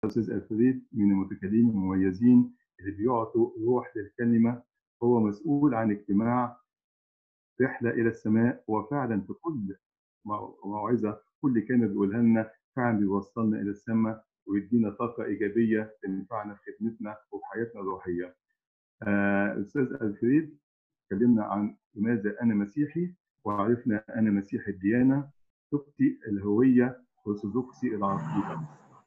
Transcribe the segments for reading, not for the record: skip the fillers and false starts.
أستاذ الفريد من المتكلمين المميزين اللي بيعطوا روح للكلمة. هو مسؤول عن اجتماع رحلة إلى السماء، وفعلا في كل موعظة كل كلمة بيقولها لنا فعلا بيوصلنا إلى السماء ويدينا طاقة إيجابية تنفعنا في خدمتنا وفي حياتنا الروحية. أستاذ الفريد اتكلمنا عن لماذا أنا مسيحي، وعرفنا أنا مسيحي الديانة، قبطي الهوية، أرثوذكسي العقيدة.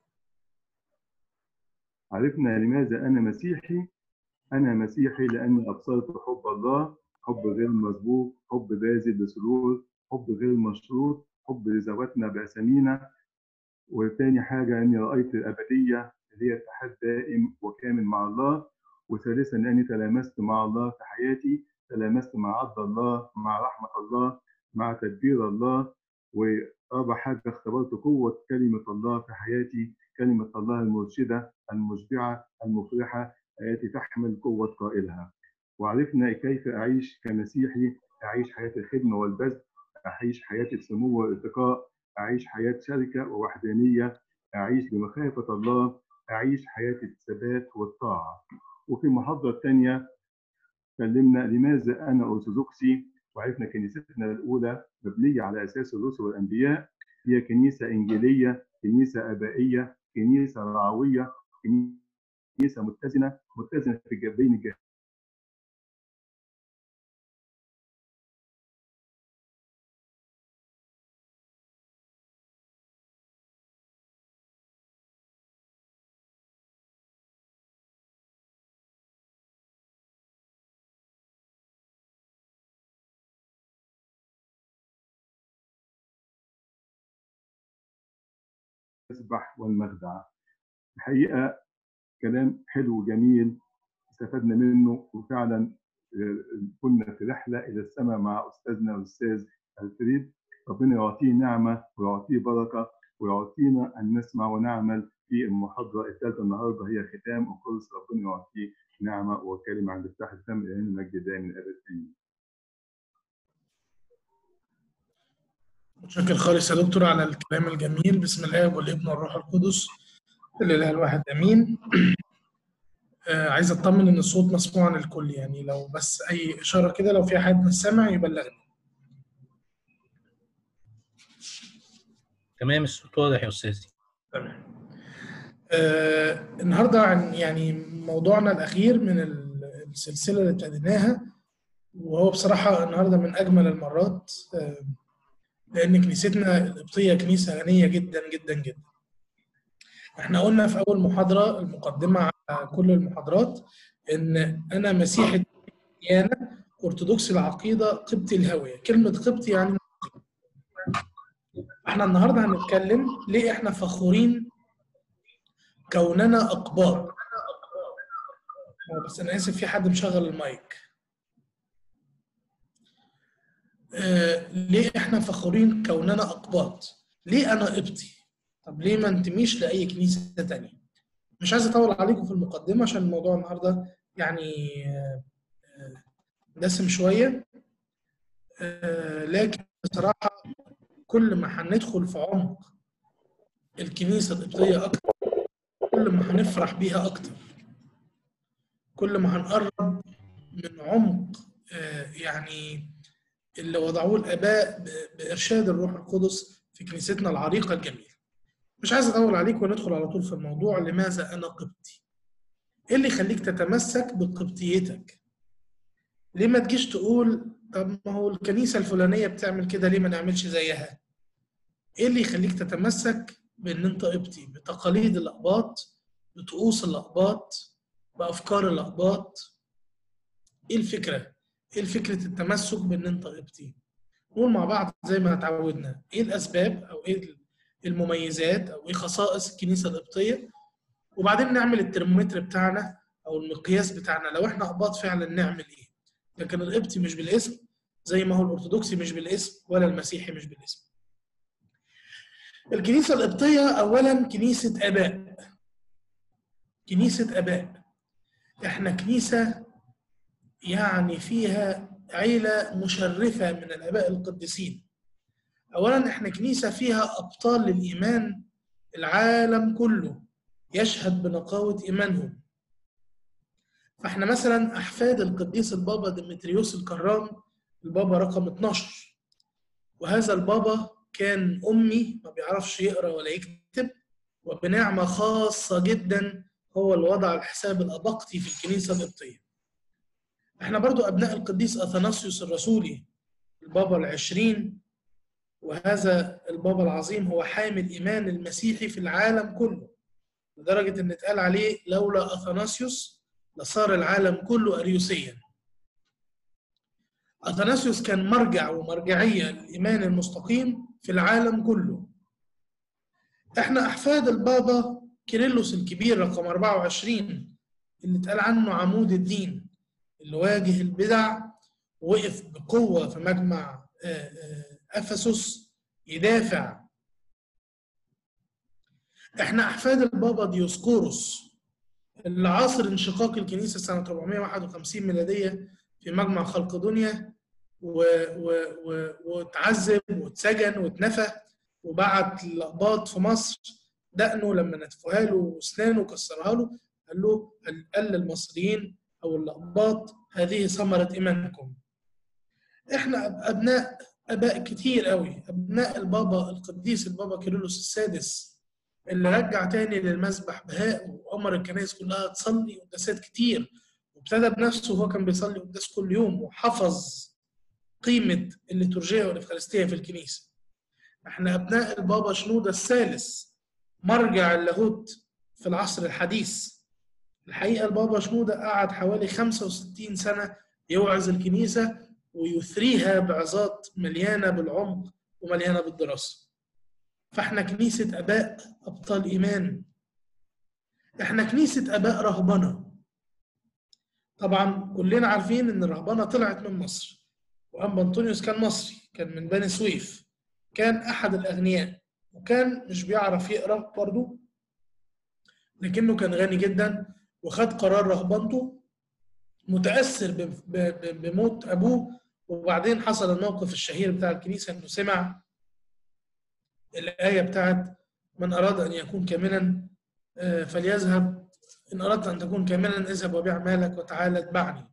عرفنا لماذا أنا مسيحي. أنا مسيحي لأني أبصرت حب الله، حب غير مسبوق، حب باذل لسرور، حب غير مشروط، حب لذواتنا بأسامينا. وثاني حاجة أني رأيت الأبدية اللي هي اتحاد دائم وكامل مع الله. وثالثا أني تلامست مع الله في حياتي، تلامست مع عدل الله، مع رحمة الله، مع تدبير الله. ورابع حاجة اختبرت قوة كلمة الله في حياتي، كلمة الله المرشدة المشبعة المفرحة التي تحمل قوة قائلها. وعرفنا كيف أعيش كمسيحي، أعيش حياة الخدمة والبذل، أعيش حياة السمو والارتقاء، أعيش حياة شركة ووحدانية، أعيش بمخافة الله، أعيش حياة الثبات والطاعة. وفي محاضرة تانية اتكلمنا لماذا أنا أرثوذكسي، وعرفنا كنيستنا الأولى مبنية على أساس الرسل والأنبياء، هي كنيسة إنجيلية، كنيسة آبائية، كنيسة رعوية، كنيسة متزنة في بين الجهات. المسبح والمخدع. الحقيقة كلام حلو وجميل استفدنا منه، وفعلا كنا في رحلة إلى السماء مع أستاذنا الأستاذ الفريد. ربنا يعطيه نعمة ويعطيه بركة ويعطينا أن نسمع ونعمل في المحاضرة الثالثة النهاردة هي ختام الكورس. ربنا يعطيه نعمة وكلمة عند افتتاح الفم إلى المجد دائم الأبد. آمين. متشكر خالص يا دكتور على الكلام الجميل. بسم الله والابن والروح القدس الاله الواحد امين. عايز اطمن ان الصوت مسموع عن الكل، يعني لو بس اي اشاره كده لو في حد مش سامع يبلغني. تمام، الصوت واضح يا استاذي. تمام. النهارده عن يعني موضوعنا الاخير من السلسله اللي ابتديناها، وهو بصراحه النهارده من اجمل المرات، لان كنيستنا القبطيه كنيسه غنيه جدا جدا جدا. احنا قلنا في اول محاضره المقدمه على كل المحاضرات ان انا مسيحي الديانه، ارثوذكسي العقيده، قبطي الهويه. كلمه قبطي يعني احنا النهارده هنتكلم ليه احنا فخورين كوننا اقباط. بس انا اسف في حد مشغل المايك. ليه احنا فخورين كوننا اقباط؟ ليه انا قبطي؟ طب ليه ما انتميش لاي كنيسه تانية؟ مش عايز اطول عليكم في المقدمه عشان الموضوع النهارده يعني دسم شويه، لكن بصراحه كل ما هندخل في عمق الكنيسه القبطيه اكتر، كل ما هنفرح بيها اكتر، كل ما هنقرب من عمق يعني اللي وضعوه الاباء بارشاد الروح القدس في كنيستنا العريقه الجميله. مش عايز اطول عليك وندخل على طول في الموضوع. لماذا انا قبطي؟ ايه اللي يخليك تتمسك بقبطيتك؟ ليه ما تجيش تقول طب ما هو الكنيسه الفلانيه بتعمل كده، ليه ما نعملش زيها؟ ايه اللي يخليك تتمسك بان انت قبطي، بتقاليد الاقباط، بطقوس الاقباط، بافكار الاقباط؟ ايه الفكره؟ ايه فكره التمسك بان انت قبطي؟ نقول مع بعض زي ما اتعودنا ايه الاسباب او ايه المميزات او ايه خصائص الكنيسه القبطيه، وبعدين نعمل الترمومتر بتاعنا او المقياس بتاعنا لو احنا اقباط فعلا نعمل ايه. لكن القبطي مش بالاسم زي ما هو الارثوذكسي مش بالاسم ولا المسيحي مش بالاسم. الكنيسه القبطيه اولا كنيسه اباء. كنيسه اباء، احنا كنيسه يعني فيها عيله مشرفه من الاباء القديسين. اولا احنا كنيسه فيها ابطال للايمان العالم كله، يشهد بنقاوة إيمانهم. فإحنا مثلا أحفاد القديس البابا ديمتريوس الكرام، البابا رقم 12، وهذا البابا كان أمي ما بيعرفش يقرأ ولا يكتب، وبنعمة خاصة جدا هو اللي وضع الحساب الأبقطي في الكنيسة القبطية. احنا برضو أبناء القديس أثناسيوس الرسولي البابا 20، وهذا البابا العظيم هو حامل الإيمان المسيحي في العالم كله، لدرجة إن اتقال عليه لولا أثناسيوس لصار العالم كله أريوسيا. أثناسيوس كان مرجع ومرجعية للإيمان المستقيم في العالم كله. احنا أحفاد البابا كيرلس الكبير رقم 24 اللي اتقال عنه عمود الدين، اللي واجه البدع ووقف بقوة في مجمع أفسس يدافع. احنا أحفاد البابا ديوسكوروس اللي عاصر انشقاق الكنيسة سنة 451 ميلادية في مجمع خلقدونيا، واتعذب واتسجن واتنفى، وبعت الأقباط في مصر دقنه لما نتفوها له واسنانه وكسرها له، قال للمصريين أو الأقباط هذه ثمرة إيمانكم. احنا أباء كتير قوي، أبناء البابا القديس البابا كيرلس السادس اللي رجع تاني للمسبح بهاء وأمر الكنائس كلها تصلي قداسات كتير، وابتدى بنفسه وهو كان بيصلي قداس كل يوم، وحفظ قيمة الليتورجية والإفخارستية في الكنيسة. احنا أبناء البابا شنودة الثالث مرجع اللاهوت في العصر الحديث. الحقيقة البابا شنودة قعد حوالي 65 سنة يوعظ الكنيسة ويثريها بعظات مليانة بالعمق ومليانة بالدراسة. فاحنا كنيسة أباء أبطال إيمان، احنا كنيسة أباء رهبنة. طبعا كلنا عارفين إن الرهبنة طلعت من مصر، وأنبا أنطونيوس كان مصري، كان من بني سويف، كان أحد الأغنياء، وكان مش بيعرف يقرأ برضه، لكنه كان غني جدا، وخد قرار رهبنته متأثر بموت أبوه. وبعدين حصل الموقف الشهير بتاع الكنيسة إنه سمع الآية بتاعت من أراد أن يكون كاملا فليذهب، إن أردت أن تكون كاملا اذهب وبيع مالك وتعالى اتبعني.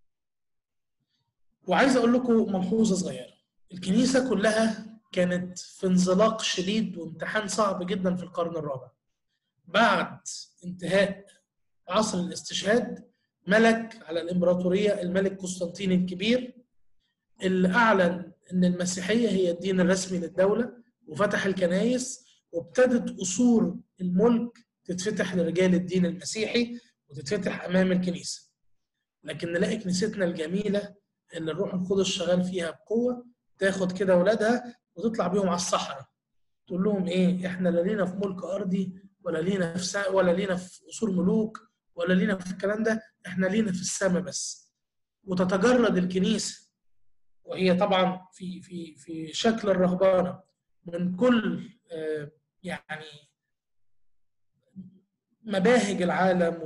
وعايز أقول لكم ملحوظة صغيرة، الكنيسة كلها كانت في انزلاق شديد وامتحان صعب جدا في القرن الرابع. بعد انتهاء عصر الاستشهاد ملك على الإمبراطورية الملك قسطنطين الكبير، اللي أعلن أن المسيحية هي الدين الرسمي للدولة، وفتح الكنائس، وابتدت أصول الملك تتفتح لرجال الدين المسيحي وتتفتح أمام الكنيسة. لكن نلاقي كنيستنا الجميلة اللي الروح القدس شغال فيها بقوة تاخد كده أولادها وتطلع بيهم على الصحراء، تقول لهم إيه؟ إحنا لا لينا في ملك أرضي ولا لينا في أصول ملوك ولا لينا في الكلام ده، إحنا لينا في السماء بس. وتتجرد الكنيسة وهي طبعا في شكل الرهبانة من كل يعني مباهج العالم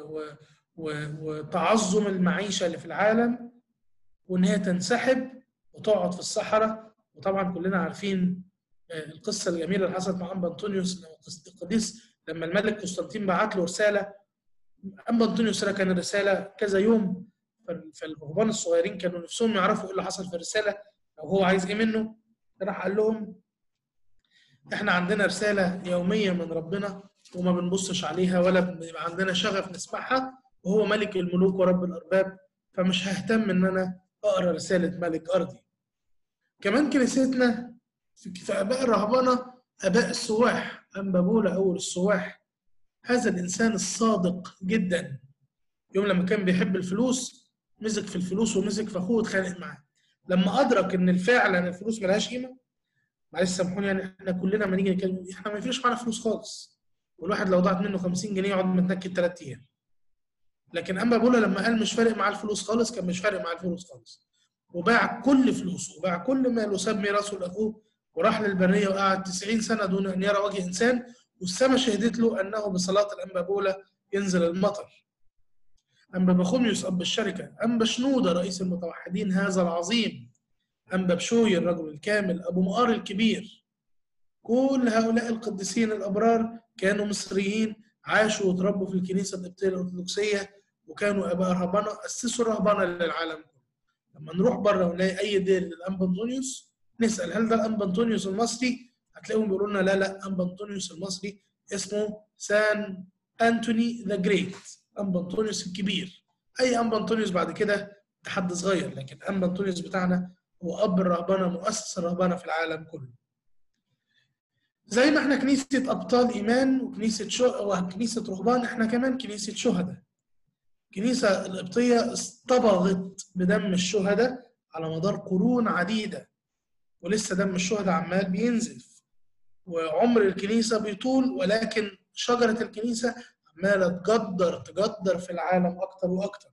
وتعظم المعيشة اللي في العالم، وإن هي تنسحب وتقعد في الصحراء. وطبعا كلنا عارفين القصة الجميلة اللي حصلت مع أنبا أنطونيوس القديس لما الملك قسطنطين بعت له رسالة. أنبا أنطونيوس كان الرسالة كذا يوم، فالرهبان الصغيرين كانوا نفسهم يعرفوا إيه اللي حصل في الرسالة أو هو عايز إيه منه. راح قال لهم إحنا عندنا رسالة يومية من ربنا وما بنبصش عليها ولا بيبقى عندنا شغف نسمعها، وهو ملك الملوك ورب الأرباب، فمش ههتم إن أنا أقرأ رسالة ملك أرضي. كمان كنيستنا في آباء الرهبنة آباء السواح، أنبا بولا أول السواح، هذا الإنسان الصادق جدا، يوم لما كان بيحب الفلوس مسك في الفلوس ومسك في أخوه واتخانق معاه. لما أدرك إن فعلا الفلوس ملهاش قيمة، معلش سامحوني يعني احنا كلنا لما نيجي نتكلم احنا ما فيش معانا فلوس خالص، والواحد لو ضاعت منه 50 جنيه يقعد متنكد 3 ايام. لكن أنبا بولا لما قال مش فارق معاه الفلوس خالص، كان مش فارق معاه الفلوس خالص، وباع كل فلوسه وباع كل ماله وساب ميراثه لاخوه وراح للبريه وقعد 90 سنه دون ان يرى وجه انسان، والسماء شهدت له انه بصلاه الأنبا بولا ينزل المطر. أنبا بخوميوس أب الشركه، أنبا شنوده رئيس المتوحدين هذا العظيم، أنبا بشوي الرجل الكامل، أبو مقار الكبير، كل هؤلاء القديسين الأبرار كانوا مصريين عاشوا وتربوا في الكنيسة القبطية الأرثوذكسية وكانوا آباء رهبنة أسسوا الرهبنة للعالم كله. لما نروح بره ونلاقي أي دير للأنبا أنطونيوس نسأل هل ده الأنبا أنطونيوس المصري؟ هتلاقيهم بيقولوا لنا لا لا، أنبا أنطونيوس المصري اسمه سان أنتوني ذا جريت، أنبا أنطونيوس الكبير. أي أنبا أنطونيوس بعد كده ده حد صغير، لكن أنبا أنطونيوس بتاعنا هو أب الرهبنة، مؤسس الرهبنة في العالم كله. زي ما احنا كنيسة أبطال إيمان وكنيسة رهبان، احنا كمان كنيسة شهداء. الكنيسة القبطية اصطبغت بدم الشهداء على مدار قرون عديدة، ولسه دم الشهداء عمال بينزف، وعمر الكنيسة بيطول، ولكن شجرة الكنيسة عمالة تجدر في العالم أكتر وأكتر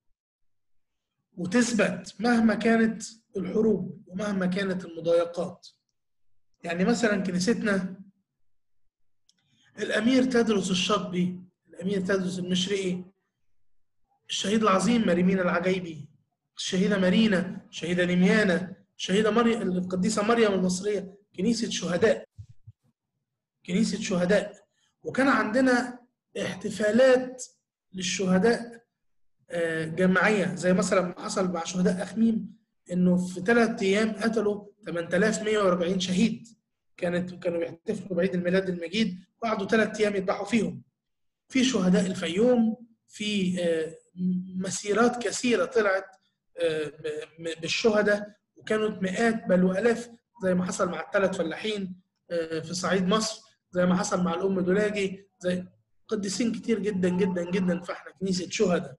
وتثبت مهما كانت الحروب ومهما كانت المضايقات. يعني مثلا كنيستنا الأمير تدرس الشاطبي، الأمير تدرس المشرقي، الشهيد العظيم مريمين العجيبي، الشهيدة مارينا، الشهيدة نيميانا، الشهيدة مريم، القديسة مريم المصرية. كنيسة شهداء، كنيسة شهداء. وكان عندنا احتفالات للشهداء جماعية، زي مثلا ما حصل مع شهداء أخميم، إنه في 3 أيام قتلوا 8140 شهيد. كانوا بيحتفلوا بعيد الميلاد المجيد وقعدوا 3 أيام يذبحوا فيهم. في شهداء الفيوم، في مسيرات كثيرة طلعت بالشهداء، وكانت مئات بل وآلاف، زي ما حصل مع ال3 فلاحين في صعيد مصر، زي ما حصل مع الأم دولاجي، زي قديسين كتير جدا جدا جدا. فاحنا كنيسة شهداء.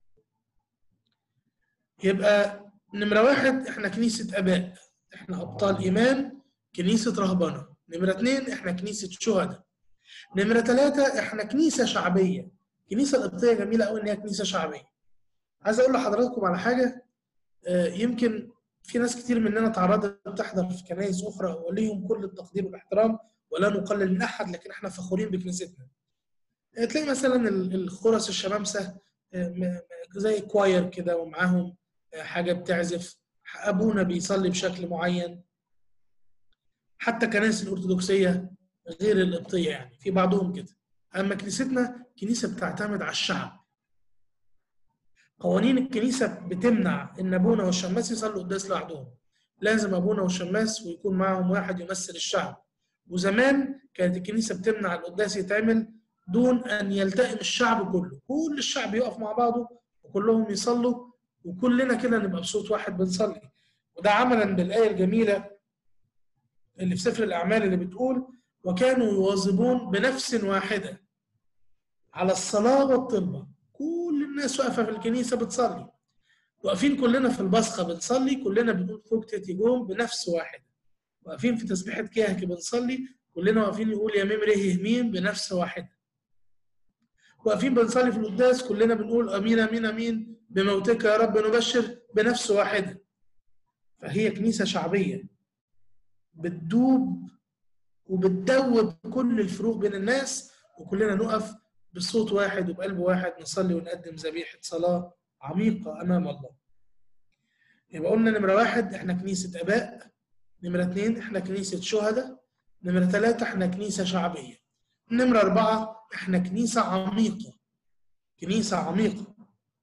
يبقى نمرة 1 احنا كنيسة آباء، احنا أبطال إيمان، كنيسة رهبنة. نمرة 2 احنا كنيسة شهداء. نمرة 3 احنا كنيسة شعبية. الكنيسة القبطية جميلة قوي ان هي كنيسة شعبية. عايز اقول لحضراتكم على حاجة، يمكن في ناس كتير مننا تعرضت تحضر في كنائس اخرى وليهم كل التقدير والاحترام ولا نقلل من احد، لكن احنا فخورين بكنيستنا. تلاقي مثلا الخرس الشمامسة زي كواير كده ومعاهم حاجة بتعزف، ابونا بيصلي بشكل معين. حتى كنائس الأرثوذكسية غير القبطية يعني في بعضهم كده. أما كنيستنا كنيسة بتعتمد على الشعب. قوانين الكنيسة بتمنع إن أبونا والشماس يصلوا قداس لوحدهم، لازم أبونا والشماس ويكون معهم واحد يمثل الشعب. وزمان كانت الكنيسة بتمنع القداس يتعمل دون أن يلتئم الشعب كله، كل الشعب يقف مع بعضه وكلهم يصلوا وكلنا كده نبقى بصوت واحد بنصلي. وده عملا بالآية الجميلة اللي في سفر الأعمال اللي بتقول وكانوا يواظبون بنفس واحدة على الصلاة والطلبة. كل الناس واقفة في الكنيسة بتصلي، واقفين كلنا في البصخة بنصلي، كلنا بنقول ثوكتة يجوم بنفس واحدة. واقفين في تسبيحة كيهك بنصلي، كلنا واقفين يقول يا ميم ره ميم بنفس واحدة. واقفين بنصلي في القداس كلنا بنقول أمين أمين أمين بموتك يا رب نبشر بنفس واحدة. فهي كنيسة شعبية بتدوب وبتدوب كل الفروق بين الناس، وكلنا نقف بصوت واحد وبقلب واحد نصلي ونقدم ذبيحة صلاة عميقة أمام الله. يبقى قلنا نمرة 1 احنا كنيسة آباء، نمرة 2 احنا كنيسة شهداء، نمرة 3 احنا كنيسة شعبية، نمرة 4 احنا كنيسة عميقة. كنيسة عميقة.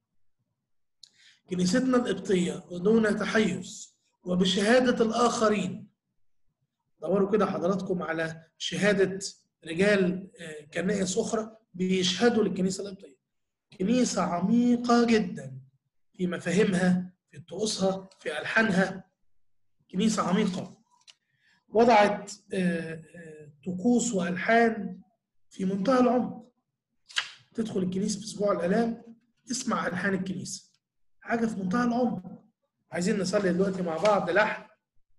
كنيستنا القبطية ودون تحيز وبشهادة الآخرين. دوروا كده حضراتكم على شهادة رجال كنائس أخرى بيشهدوا للكنيسة القبطية. كنيسة عميقة جدا في مفاهيمها، في طقوسها، في ألحانها. كنيسة عميقة وضعت طقوس وألحان في منتهى العمق. تدخل الكنيسة في أسبوع الآلام اسمع ألحان الكنيسة، حاجة في منتهى العمق. عايزين نصلي دلوقتي مع بعض لحن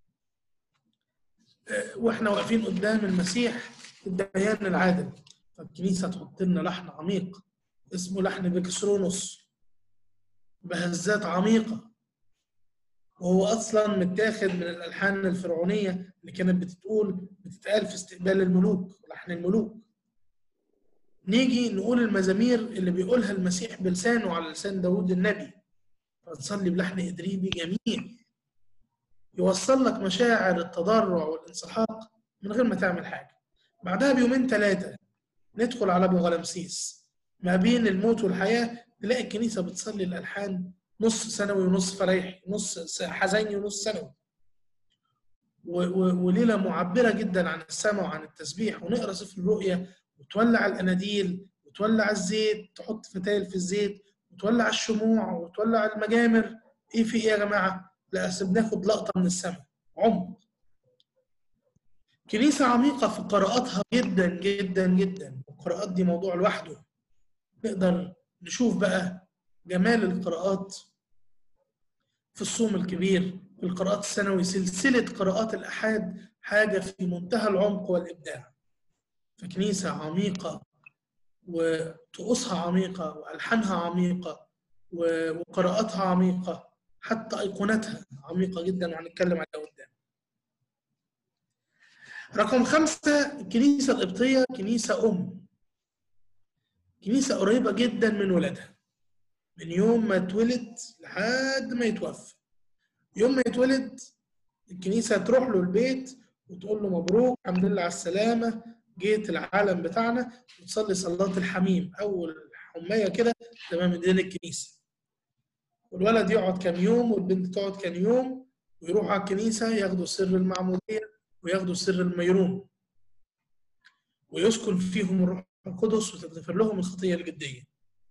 واحنا واقفين قدام المسيح الديان العادل، فالكنيسة تحط لنا لحن عميق اسمه لحن بكسرونوس بهزات عميقة، وهو أصلا متاخد من الألحان الفرعونية اللي كانت بتتقال في استقبال الملوك، لحن الملوك. نيجي نقول المزامير اللي بيقولها المسيح بلسانه على لسان داود النبي، فنصلي بلحن إدريبي جميل يوصل لك مشاعر التضرع والانسحاق من غير ما تعمل حاجة. بعدها بيومين 3 ندخل على ابو غلمسيس، ما بين الموت والحياه تلاقي الكنيسه بتصلي الالحان نص ثانوي ونص فرايحي، نص حزيني ونص ثانوي، وليله معبره جدا عن السماء وعن التسبيح. ونقرا سفر الرؤيا وتولع الاناديل وتولع الزيت، تحط فتايل في الزيت وتولع الشموع وتولع المجامر. ايه في ايه يا جماعه؟ لا، اصل بناخد لقطه من السماء، عمق. كنيسه عميقه في قراءاتها جدا جدا جدا، القراءات دي موضوع لوحده. نقدر نشوف بقى جمال القراءات في الصوم الكبير، في القراءات السنوي، سلسلة قراءات الأحاد، حاجة في منتهى العمق والإبداع. فكنيسة عميقة وطقوسها عميقة وألحانها عميقة وقراءاتها عميقة، حتى أيقونتها عميقة جدا، وهنتكلم عليها قدام. رقم 5، الكنيسة القبطية كنيسة كنيسة قريبة جدا من ولادها، من يوم ما اتولد لحد ما يتوفى. يوم ما يتولد الكنيسة تروح له البيت وتقول له مبروك، الحمد لله على السلامة، جيت العالم بتاعنا، وتصلي صلاة الحميم، أول حماية كده تمام دين الكنيسة. والولد يقعد كام يوم والبنت تقعد كام يوم، ويروحوا على الكنيسة ياخدوا سر المعمودية وياخدوا سر الميرون، ويسكن فيهم الروح القدس وتغفر لهم الخطية الجدية.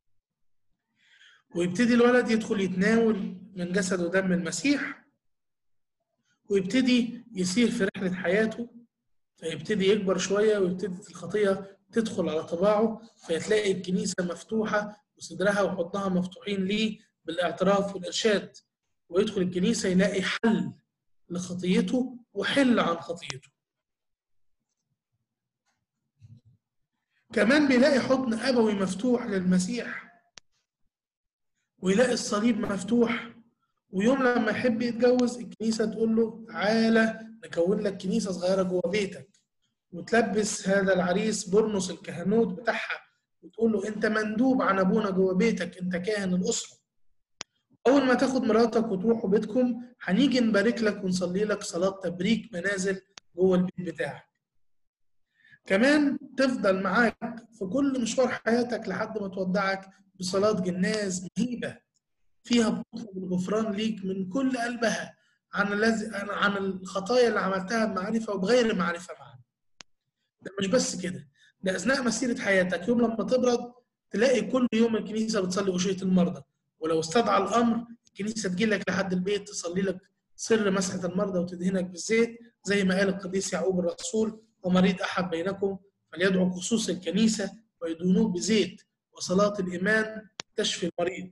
ويبتدي الولد يدخل يتناول من جسد ودم المسيح، ويبتدي يسير في رحلة حياته، فيبتدي يكبر شوية ويبتدي الخطية تدخل على طباعه، فيتلاقي الكنيسة مفتوحة وصدرها وحضنها مفتوحين ليه بالاعتراف والإرشاد، ويدخل الكنيسة يلاقي حل لخطيته وحل عن خطيته. كمان بيلاقي حضن أبوي مفتوح للمسيح، ويلاقي الصليب مفتوح. ويوم لما يحب يتجوز الكنيسة تقول له تعالى نكون لك كنيسة صغيرة جوه بيتك، وتلبس هذا العريس برنس الكهنوت بتاعها، وتقول له انت مندوب عن ابونا جوه بيتك، انت كاهن الاسره. اول ما تاخد مراتك وتروحوا بيتكم هنيجي نبارك لك ونصلي لك صلاه تبريك منازل جوه البيت بتاعك. كمان تفضل معاك في كل مشوار حياتك لحد ما تودعك بصلاه جناز مهيبه فيها بتطلب الغفران ليك من كل قلبها عن الخطايا اللي عملتها بمعرفه وبغير معرفه معاك. ده مش بس كده، ده اثناء مسيره حياتك يوم لما تبرد تلاقي كل يوم الكنيسه بتصلي أشية المرضى، ولو استدعى الامر الكنيسه تجي لك لحد البيت تصلي لك سر مسحه المرضى وتدهنك بالزيت، زي ما قال القديس يعقوب الرسول: ومريض احد بينكم فليدعو خصوص الكنيسه ويدهنوه بزيت، وصلاه الايمان تشفي المريض.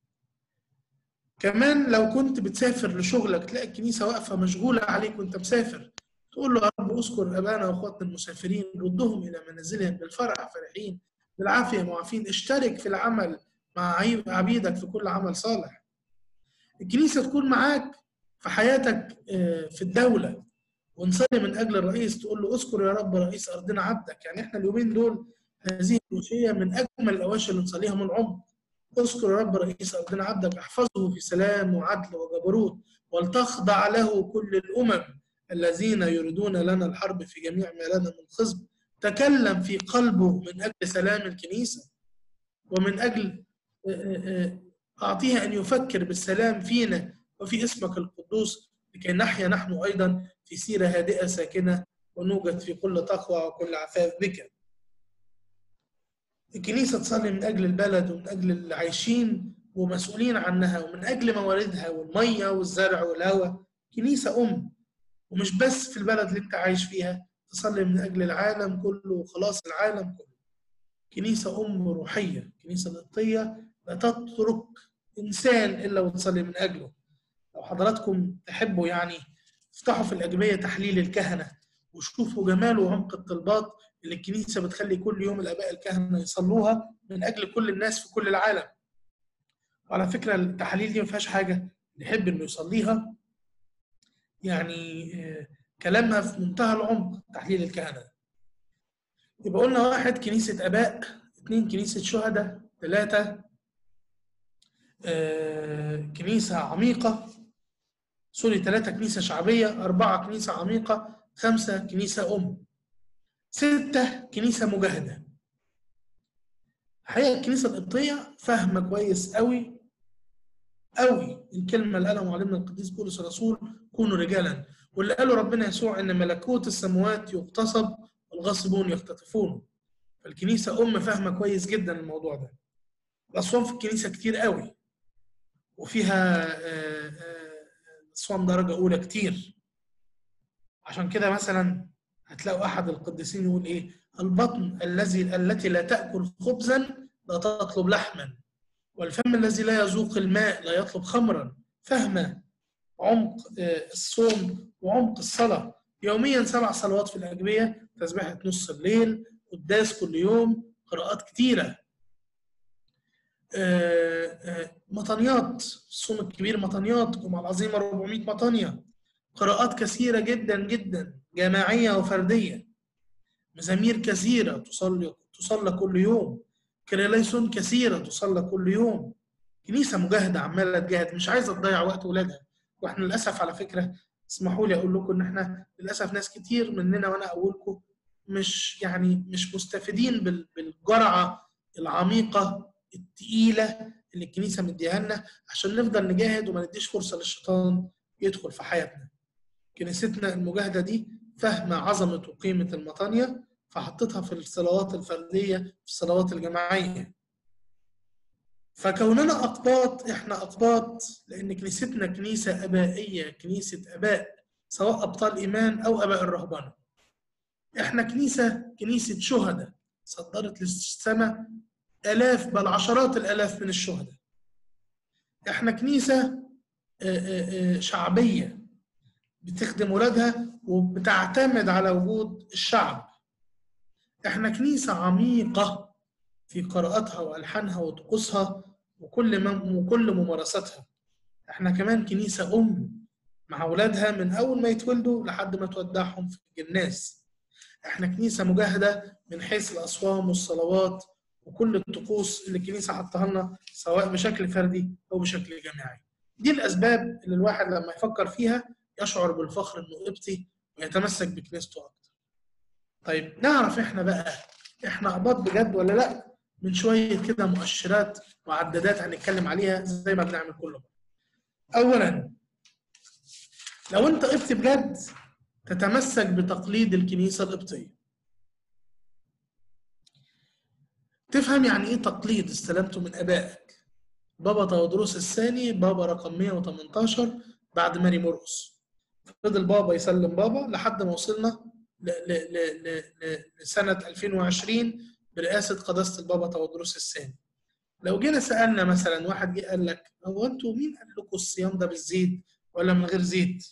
كمان لو كنت بتسافر لشغلك تلاقي الكنيسه واقفه مشغوله عليك وانت مسافر، تقول له يا رب اذكر ابانا واخواتنا المسافرين، ردهم الى منازلهم بالفرح فرحين، بالعافيه معافين، اشترك في العمل مع عبيدك في كل عمل صالح. الكنيسه تكون معاك في حياتك في الدوله، ونصلي من اجل الرئيس، تقول له اذكر يا رب رئيس ارضنا عبدك. يعني احنا اليومين دول هذه الوصيه من اجمل الاواشي اللي نصليها من العمر. اذكر يا رب رئيس ارضنا عبدك، احفظه في سلام وعدل وجبروت، ولتخضع له كل الامم الذين يريدون لنا الحرب في جميع ما لنا من خصب. تكلم في قلبه من اجل سلام الكنيسه، ومن اجل اعطيه ان يفكر بالسلام فينا وفي اسمك القدوس، لكي نحيا نحن ايضا في سيره هادئه ساكنه، ونوجد في كل تقوى وكل عفاف بك. الكنيسة تصلي من أجل البلد ومن أجل اللي عايشين ومسؤولين عنها، ومن أجل مواردها والمية والزرع والهواء. كنيسة ومش بس في البلد اللي أنت عايش فيها، تصلي من أجل العالم كله وخلاص العالم كله. كنيسة روحية، كنيسة القبطية لا تترك إنسان إلا وتصلي من أجله. لو حضراتكم تحبوا يعني افتحوا في الأجبية تحليل الكهنة وشوفوا جمال وعمق الطلبات اللي الكنيسة بتخلي كل يوم الآباء الكهنة يصلوها من أجل كل الناس في كل العالم. وعلى فكرة التحاليل دي ما فيهاش حاجة، نحب إنه يصليها، يعني كلامها في منتهى العمق. تحليل الكهنة يبقى قلنا: 1 كنيسة آباء، 2 كنيسة شهداء، 3 كنيسة عميقة، 3 كنيسة شعبية، 4 كنيسة عميقة، 5 كنيسة 6 كنيسة مجاهدة. الحقيقه الكنيسه القبطيه فاهمه كويس قوي قوي الكلمه اللي قالها معلمنا القديس بولس الرسول: كونوا رجالا، واللي قاله ربنا يسوع ان ملكوت السماوات يغتصب والغاصبون يختطفون. فالكنيسه فاهمه كويس جدا الموضوع ده. الأصوام في الكنيسة كتير قوي، وفيها أصوام درجة أولى كتير. عشان كده مثلا هتلاقوا أحد القديسين يقول إيه: البطن التي لا تأكل خبزا لا تطلب لحما، والفم الذي لا يذوق الماء لا يطلب خمرا. فاهمة عمق الصوم وعمق الصلاة. يوميا 7 صلوات في الأجبية، تسبيحة نص الليل، قداس كل يوم، قراءات كتيرة، مطنيات، الصوم الكبير مطنيات، الجمعة العظيمة 400 مطنية، قراءات كثيرة جدا جدا جماعية وفردية، مزامير كثيرة تصلى كل يوم، كريليسون كثيرة تصلى كل يوم. كنيسة مجاهدة عمالة تجاهد، مش عايزة تضيع وقت ولادها. واحنا للأسف على فكرة، اسمحوا لي أقول لكم إن احنا للأسف ناس كتير مننا، وأنا أقولكم، مش مستفيدين بالجرعة العميقة التقيلة اللي الكنيسة مديها لنا عشان نفضل نجاهد وما نديش فرصة للشيطان يدخل في حياتنا. كنيستنا المجاهدة دي فاهمة عظمة وقيمة المطانية، فحطتها في الصلوات الفردية، في الصلوات الجماعية. فكوننا أقباط، إحنا أقباط لأن كنيستنا كنيسة أبائية، كنيسة أباء، سواء أبطال إيمان أو أباء الرهبنة. إحنا كنيسة شهداء صدرت للسماء آلاف بل عشرات الآلاف من الشهداء. إحنا كنيسة شعبية بتخدم ولادها وبتعتمد على وجود الشعب. إحنا كنيسة عميقة في قراءاتها وألحانها وطقوسها وكل ممارساتها. إحنا كمان كنيسة مع أولادها من أول ما يتولدوا لحد ما تودعهم في الجناز. إحنا كنيسة مجاهدة من حيث الأصوام والصلوات وكل الطقوس اللي الكنيسة حطها لنا، سواء بشكل فردي أو بشكل جماعي. دي الأسباب اللي الواحد لما يفكر فيها يشعر بالفخر إنه قبطي ويتمسك بكنيسته أكتر. طيب نعرف إحنا أقباط بجد ولا لأ؟ من شوية كده مؤشرات وعدادات هنتكلم عليها زي ما بنعمل كل مرة. أولاً، لو أنت قبطي بجد تتمسك بتقليد الكنيسة القبطية. تفهم يعني إيه تقليد استلمته من آبائك. بابا تودروس الثاني بابا رقم 118 بعد ماري مرقس. فضل بابا يسلم بابا لحد ما وصلنا لسنة 2020 برئاسة قداسة البابا تودروس الثاني. لو جينا سألنا مثلا، واحد جه قال لك: هو انتوا مين قال لكم الصيام ده بالزيت ولا من غير زيت؟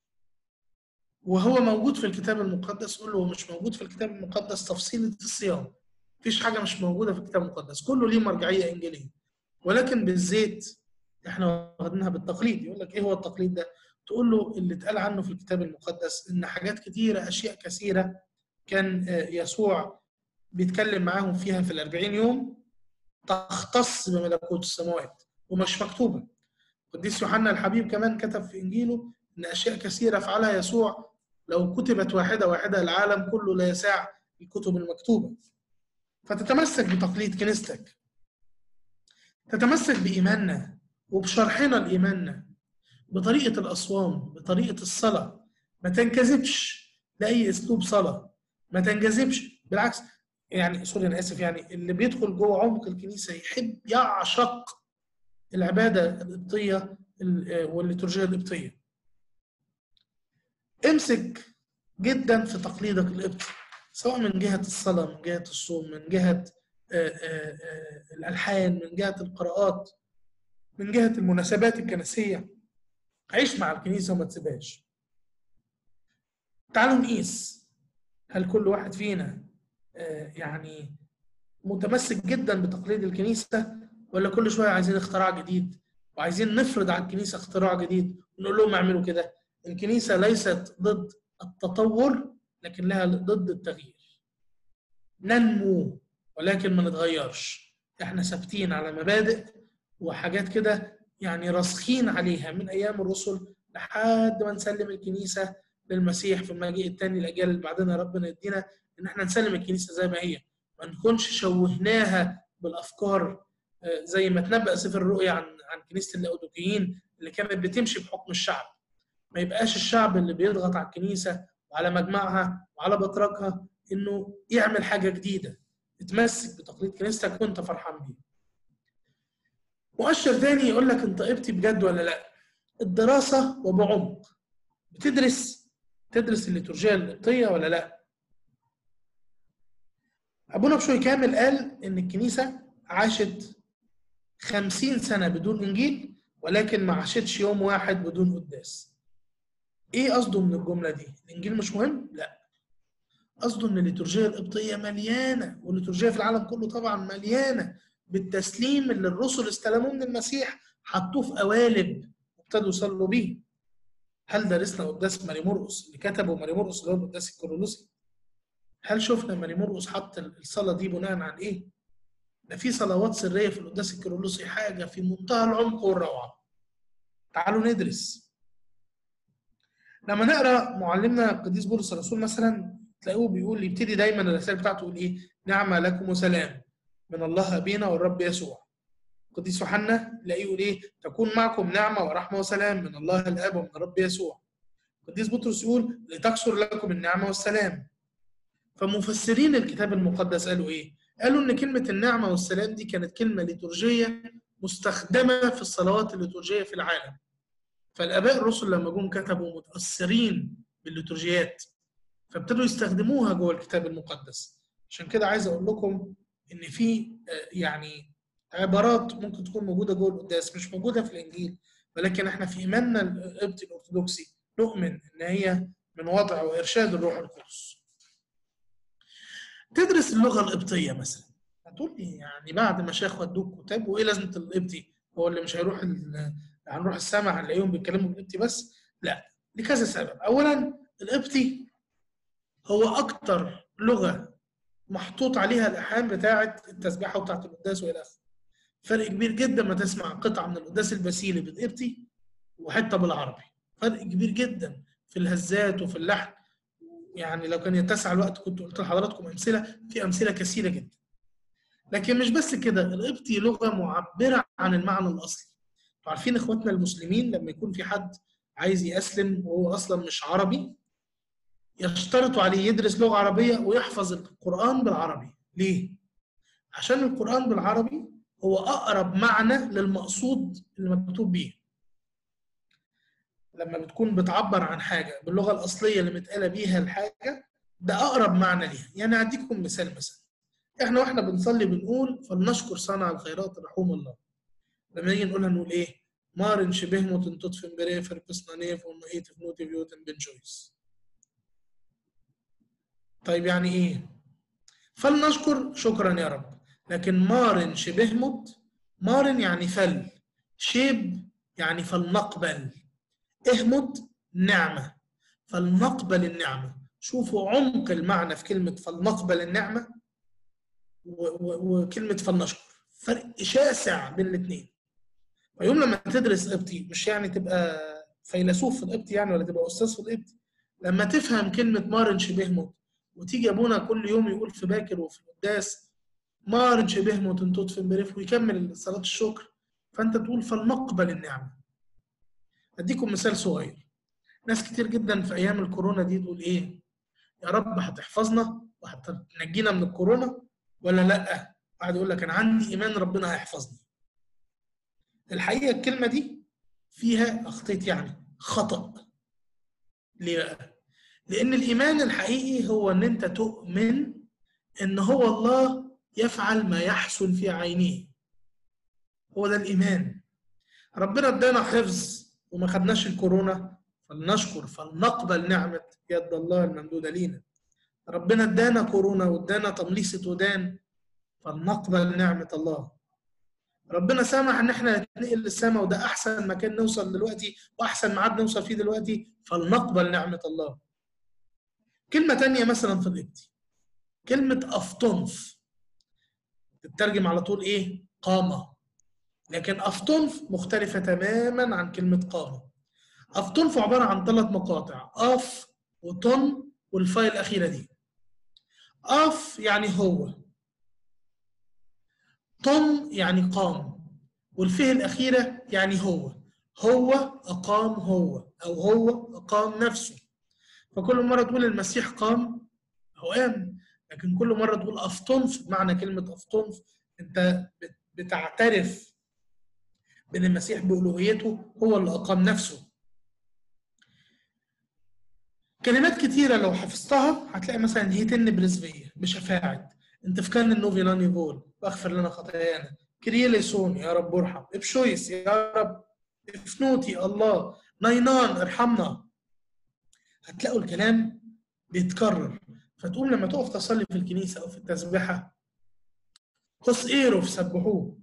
وهو موجود في الكتاب المقدس، قول له: هو مش موجود في الكتاب المقدس تفصيلة الصيام. مفيش حاجة مش موجودة في الكتاب المقدس، كله ليه مرجعية إنجيلية. ولكن بالزيت احنا واخدينها بالتقليد. يقول لك: ايه هو التقليد ده؟ تقول له اللي اتقال عنه في الكتاب المقدس ان حاجات كتيرة، اشياء كثيرة كان يسوع بيتكلم معاهم فيها في ال40 يوم تختص بملكوت السماوات ومش مكتوبة. القديس يوحنا الحبيب كمان كتب في إنجيله إن أشياء كثيرة فعلها يسوع لو كتبت واحدة واحدة العالم كله لا يسع الكتب المكتوبة. فتتمسك بتقليد كنيستك، تتمسك بإيماننا وبشرحنا لإيماننا، بطريقة الأصوام، بطريقة الصلاة. ما تنجذبش لأي أسلوب صلاة، ما تنجذبش، بالعكس. يعني سوري أنا آسف، يعني اللي بيدخل جوه عمق الكنيسة يحب يعشق العبادة القبطية والليتورجية القبطية. امسك جدا في تقليدك القبطي، سواء من جهة الصلاة، من جهة الصوم، من جهة الألحان، من جهة القراءات، من جهة المناسبات الكنسية. عيش مع الكنيسة وما تسيبهاش. تعالوا نقيس، هل كل واحد فينا يعني متمسك جدا بتقليد الكنيسة، ولا كل شوية عايزين اختراع جديد وعايزين نفرض على الكنيسة اختراع جديد ونقول لهم اعملوا كده؟ الكنيسة ليست ضد التطور، لكن لها ضد التغيير. ننمو ولكن ما نتغيرش. احنا ثابتين على مبادئ وحاجات كده، يعني راسخين عليها من ايام الرسل لحد ما نسلم الكنيسة للمسيح في المجيء الثاني. الاجيال اللي بعدنا ربنا يدينا ان احنا نسلم الكنيسة زي ما هي، ما نكونش شوهناها بالافكار، زي ما تنبأ سفر الرؤيا عن كنيسه اللاوديكيين اللي كانت بتمشي بحكم الشعب. ما يبقاش الشعب اللي بيضغط على الكنيسه وعلى مجمعها وعلى بطركها انه يعمل حاجه جديده. اتمسك بتقليد كنيستك وانت فرحان بيه. مؤشر تاني يقول لك انت قبطي بجد ولا لا. الدراسه وبعمق. تدرس الليتورجيه القبطيه ولا لا؟ ابونا بشوي كامل قال ان الكنيسه عاشت 50 سنه بدون انجيل، ولكن ما عاشتش يوم واحد بدون قداس. ايه قصده من الجمله دي؟ الانجيل مش مهم؟ لا، قصده ان الليتورجيه القبطيه مليانه، والليتورجيه في العالم كله طبعا مليانه بالتسليم اللي الرسل استلموه من المسيح، حطوه في قوالب وابتدوا يصلوا بيه. هل درسنا قداس ماري مرقس اللي كتبه ماري مرقس اللي هو القداس الكيرلسي؟ هل شفنا ماري مرقس حط الصلاه دي بناء عن ايه؟ ده في صلوات سريه في القداس الكيرلسي حاجه في منتهى العمق والروعه. تعالوا ندرس. لما نقرا معلمنا القديس بولس الرسول مثلا تلاقوه بيقول، يبتدي دايما الرسائل بتاعته يقول ايه؟ نعمه لكم وسلام من الله ابينا والرب يسوع. القديس يوحنا تلاقيه يقول ايه؟ تكون معكم نعمه ورحمه وسلام من الله الاب ومن الرب يسوع. القديس بطرس يقول لتكثر لكم النعمه والسلام. فمفسرين الكتاب المقدس قالوا ايه؟ قالوا ان كلمه النعمه والسلام دي كانت كلمه ليتورجيه مستخدمه في الصلوات الليتورجيه في العالم. فالاباء الرسل لما جم كتبوا متاثرين بالليتورجيات، فابتدوا يستخدموها جوه الكتاب المقدس. عشان كده عايز اقول لكم ان في يعني عبارات ممكن تكون موجوده جوه القداس مش موجوده في الانجيل، ولكن احنا في ايماننا القبطي الارثوذكسي نؤمن ان هي من وضع وارشاد الروح القدس. تدرس اللغه القبطيه مثلا. هتقول لي يعني بعد ما شيخ ودوك كتاب وايه لازمه القبطي؟ هو اللي مش هنروح السماء هنلاقيهم بيتكلموا بالقبطي بس؟ لا، لكذا سبب. اولا، القبطي هو اكتر لغه محطوط عليها الاحام بتاعه التسبيحه وبتاعه القداس والى اخره. فرق كبير جدا ما تسمع قطعه من القداس الباسيلي بالقبطي وحته بالعربي. فرق كبير جدا في الهزات وفي اللحن. يعني لو كان يتسع الوقت كنت قلت لحضراتكم امثله، في امثله كثيره جدا. لكن مش بس كده، القبطي لغه معبره عن المعنى الاصلي. انتوا عارفين اخواتنا المسلمين لما يكون في حد عايز يسلم وهو اصلا مش عربي، يشترطوا عليه يدرس لغه عربيه ويحفظ القران بالعربي. ليه؟ عشان القران بالعربي هو اقرب معنى للمقصود اللي مكتوب بيه. لما بتكون بتعبر عن حاجه باللغه الاصليه اللي متقاله بيها الحاجه، ده اقرب معنى ليها. يعني اديكم مثال. مثلا احنا واحنا بنصلي بنقول فلنشكر صانع الخيرات رحوم الله. لما نيجي نقولها نقول ايه؟ مارن شبه موتن تطفن بريفر بسنانيف ونقيت في نوتي بيوتن بن جويس. طيب يعني ايه؟ فلنشكر شكرا يا رب. لكن مارن شبه موت، مارن يعني فل، شيب يعني فلنقبل، اهمت نعمة، فلنقبل النعمة. شوفوا عمق المعنى في كلمة فلنقبل النعمة وكلمة فلنشكر، فرق شاسع بين الاثنين. ويوم لما تدرس قبطي مش يعني تبقى فيلسوف في القبطي يعني ولا تبقى أستاذ في القبطي، لما تفهم كلمة مارن شبه موت وتيجي أبونا كل يوم يقول في باكر وفي القداس مارن شبه موت تطفن بريف ويكمل صلاة الشكر، فأنت تقول فلنقبل النعمة. أديكم مثال صغير. ناس كتير جدا في أيام الكورونا دي تقول إيه؟ يا رب هتحفظنا وهتنجينا من الكورونا ولا لأ؟ واحد يقول لك أنا عندي إيمان ربنا هيحفظني. الحقيقة الكلمة دي فيها أخطيت يعني خطأ. ليه بقى؟ لأن الإيمان الحقيقي هو إن أنت تؤمن إن هو الله يفعل ما يحسن في عينيه. هو ده الإيمان. ربنا ادانا حفظ وما خدناش الكورونا، فلنشكر فلنقبل نعمة يد الله الممدودة لينا. ربنا ادانا كورونا وادانا تمليصة ودان، فلنقبل نعمة الله. ربنا سامح ان احنا نتنقل للسماء وده احسن مكان نوصل دلوقتي واحسن ميعاد نوصل فيه دلوقتي، فلنقبل نعمة الله. كلمة تانية مثلا في القبطي كلمة أفطنف تترجم على طول ايه؟ قامة. لكن أفطنف مختلفة تماما عن كلمة قامة. أفطنف عبارة عن 3 مقاطع، أف وطن والفاء الأخيرة دي. أف يعني هو، أفطن يعني قام، والفه الأخيرة يعني هو أقام هو، أو هو أقام نفسه. فكل مرة تقول المسيح قام هو قام، لكن كل مرة تقول أفطنف، معنى كلمة أفطنف أنت بتعترف بأن المسيح بألوهيته هو اللي أقام نفسه. كلمات كتيرة لو حفظتها هتلاقي مثلا هيتن برزفية بشفاعة، انت في كان النوفيلاني فول واغفر لنا خطايانا، كريليسون يا رب ارحم، ابشويس يا رب، افنوتي الله، ناينان ارحمنا. هتلاقوا الكلام بيتكرر، فتقوم لما تقف تصلي في الكنيسة او في التسبيحة قص ايروف سبحوه،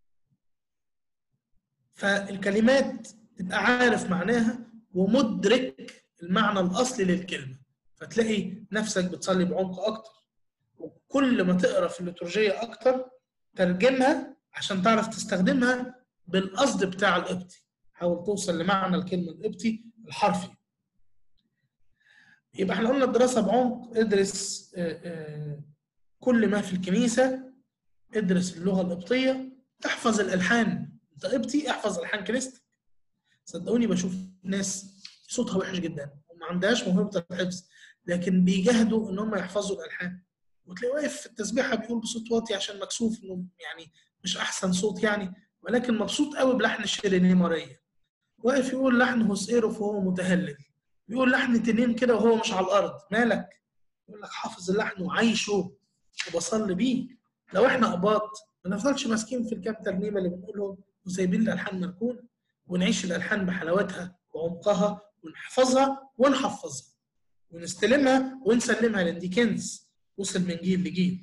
فالكلمات تبقى عارف معناها ومدرك المعنى الأصلي للكلمة، فتلاقي نفسك بتصلي بعمق أكتر. وكل ما تقرأ في الليتورجية أكتر ترجمها عشان تعرف تستخدمها بالقصد بتاع القبطي، حاول توصل لمعنى الكلمة القبطي الحرفي. يبقى احنا قلنا الدراسة بعمق، ادرس كل ما في الكنيسة، ادرس اللغة القبطية، احفظ الألحان، انت قبطي احفظ ألحان كنيستك. صدقوني بشوف ناس صوتها وحش جدا وما عندهاش موهبة الحفظ، لكن بيجاهدوا ان هم يحفظوا الألحان، وتلاقيه واقف في التسبيحة بيقول بصوت واطي عشان مكسوف انه يعني مش احسن صوت يعني، ولكن مبسوط قوي بلحن الشيرينيه ماريا، واقف يقول لحن هوسيروف وهو متهلل، بيقول لحن تنين كده وهو مش على الارض، مالك؟ يقول لك حافظ اللحن وعايشه وبصلي بيه. لو احنا اباط ما نفضلش ماسكين في الكام ترنيمه اللي بنقولهم وسايبين الالحان مركونه، ونعيش الالحان بحلاوتها وعمقها ونحفظها ونحفظها ونستلمها ونسلمها، لان دي كنز وصل من جيل لجيل.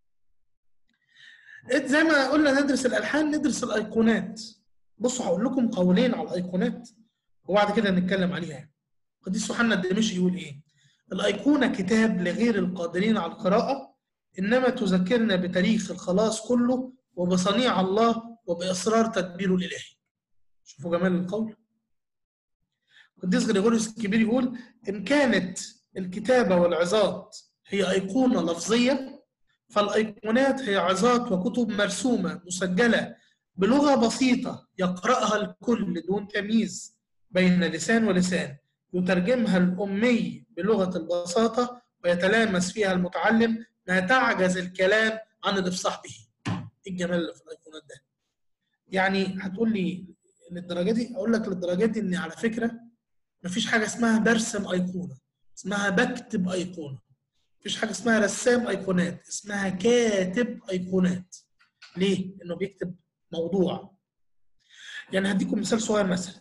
زي ما قلنا ندرس الالحان ندرس الايقونات. بصوا هقول لكم قولين على الايقونات وبعد كده نتكلم عليها. القديس يوحنا الدمشقي يقول ايه؟ الايقونه كتاب لغير القادرين على القراءه، انما تذكرنا بتاريخ الخلاص كله وبصنيع الله وباسرار تدبيره الالهي. شوفوا جمال القول. القديس غريغوريوس الكبير يقول ان كانت الكتابه والعظات هي ايقونه لفظيه، فالايقونات هي عظات وكتب مرسومه مسجله بلغه بسيطه يقراها الكل دون تمييز بين لسان ولسان، يترجمها الامي بلغه البساطه ويتلامس فيها المتعلم ما تعجز الكلام عن الافصاح به. ايه الجمال اللي في الايقونات ده؟ يعني هتقول لي للدرجه دي؟ اقول لك للدرجه دي ان على فكره مفيش حاجه اسمها برسم ايقونه، اسمها بكتب ايقونه. مفيش حاجه اسمها رسام ايقونات، اسمها كاتب ايقونات. ليه؟ انه بيكتب موضوع. يعني هديكم مثال صغير. مثلا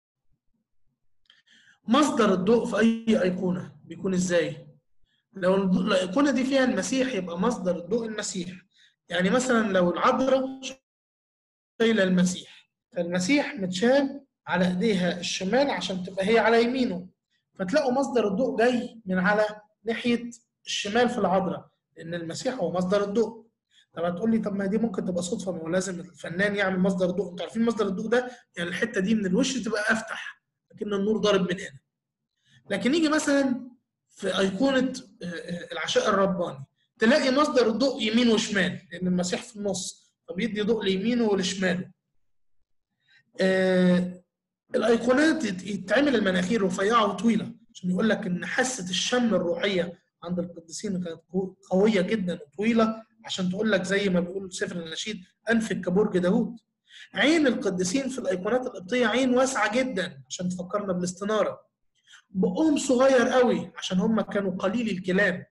مصدر الضوء في اي ايقونه بيكون ازاي؟ لو الايقونه دي فيها المسيح يبقى مصدر الضوء المسيح. يعني مثلا لو العذراء شايله المسيح، فالمسيح متشال على ايديها الشمال عشان تبقى هي على يمينه، فتلاقوا مصدر الضوء جاي من على ناحيه الشمال في العذراء، لان المسيح هو مصدر الضوء. طب هتقول لي طب ما دي ممكن تبقى صدفه، ما هو لازم الفنان يعمل مصدر ضوء. انتوا عارفين مصدر الضوء ده يعني الحته دي من الوش تبقى افتح لكن النور ضارب من هنا. لكن يجي مثلا في ايقونه العشاء الرباني تلاقي مصدر الضوء يمين وشمال، لان المسيح في النص فبيدي ضوء ليمينه ولشماله. الايقونات يتعمل المناخير رفيعه وطويله عشان يقول لك ان حاسه الشم الروحيه عند القديسين كانت قويه جدا وطويله، عشان تقول لك زي ما بيقول سفر النشيد انفك كبرج داوود. عين القديسين في الايقونات القبطيه عين واسعه جدا عشان تفكرنا بالاستناره. بقهم صغير قوي عشان هم كانوا قليل الكلام.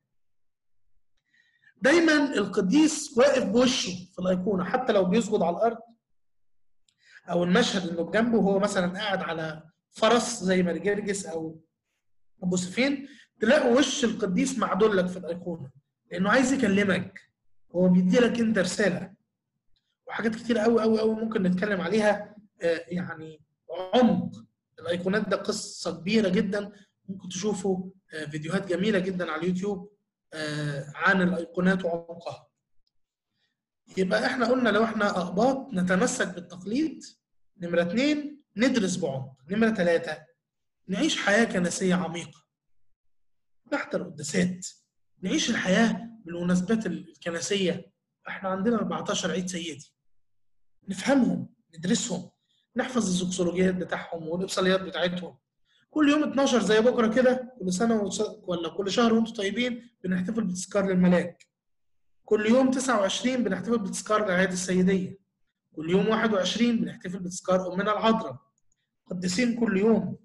دايما القديس واقف بوشه في الايقونه، حتى لو بيسجد على الارض او المشهد اللي بجنبه وهو مثلا قاعد على فرس زي مرجرجس او ابو سفين، تلاقوا وش القديس معدول لك في الايقونه لانه عايز يكلمك، هو بيدي لك انت رساله. وحاجات كتير قوي قوي قوي ممكن نتكلم عليها. يعني عمق الايقونات ده قصه كبيره جدا، ممكن تشوفوا فيديوهات جميله جدا على اليوتيوب عن الايقونات وعمقها. يبقى احنا قلنا لو احنا اقباط نتمسك بالتقليد، نمرة 2 ندرس بعمق، نمرة 3 نعيش حياة كنسية عميقة، نحضر قداسات، نعيش الحياة بالمناسبات الكنسية احنا عندنا 14 عيد سيدي، نفهمهم، ندرسهم، نحفظ الزوكسولوجيات بتاعهم والإبصاليات بتاعتهم. كل يوم 12 زي بكره كده، كل سنه ولا كل شهر وانتم طيبين بنحتفل بتذكار للملاك. كل يوم 29 بنحتفل بتذكار الأعياد السيدية. كل يوم 21 بنحتفل بتذكار أمنا العذراء. قديسين كل يوم.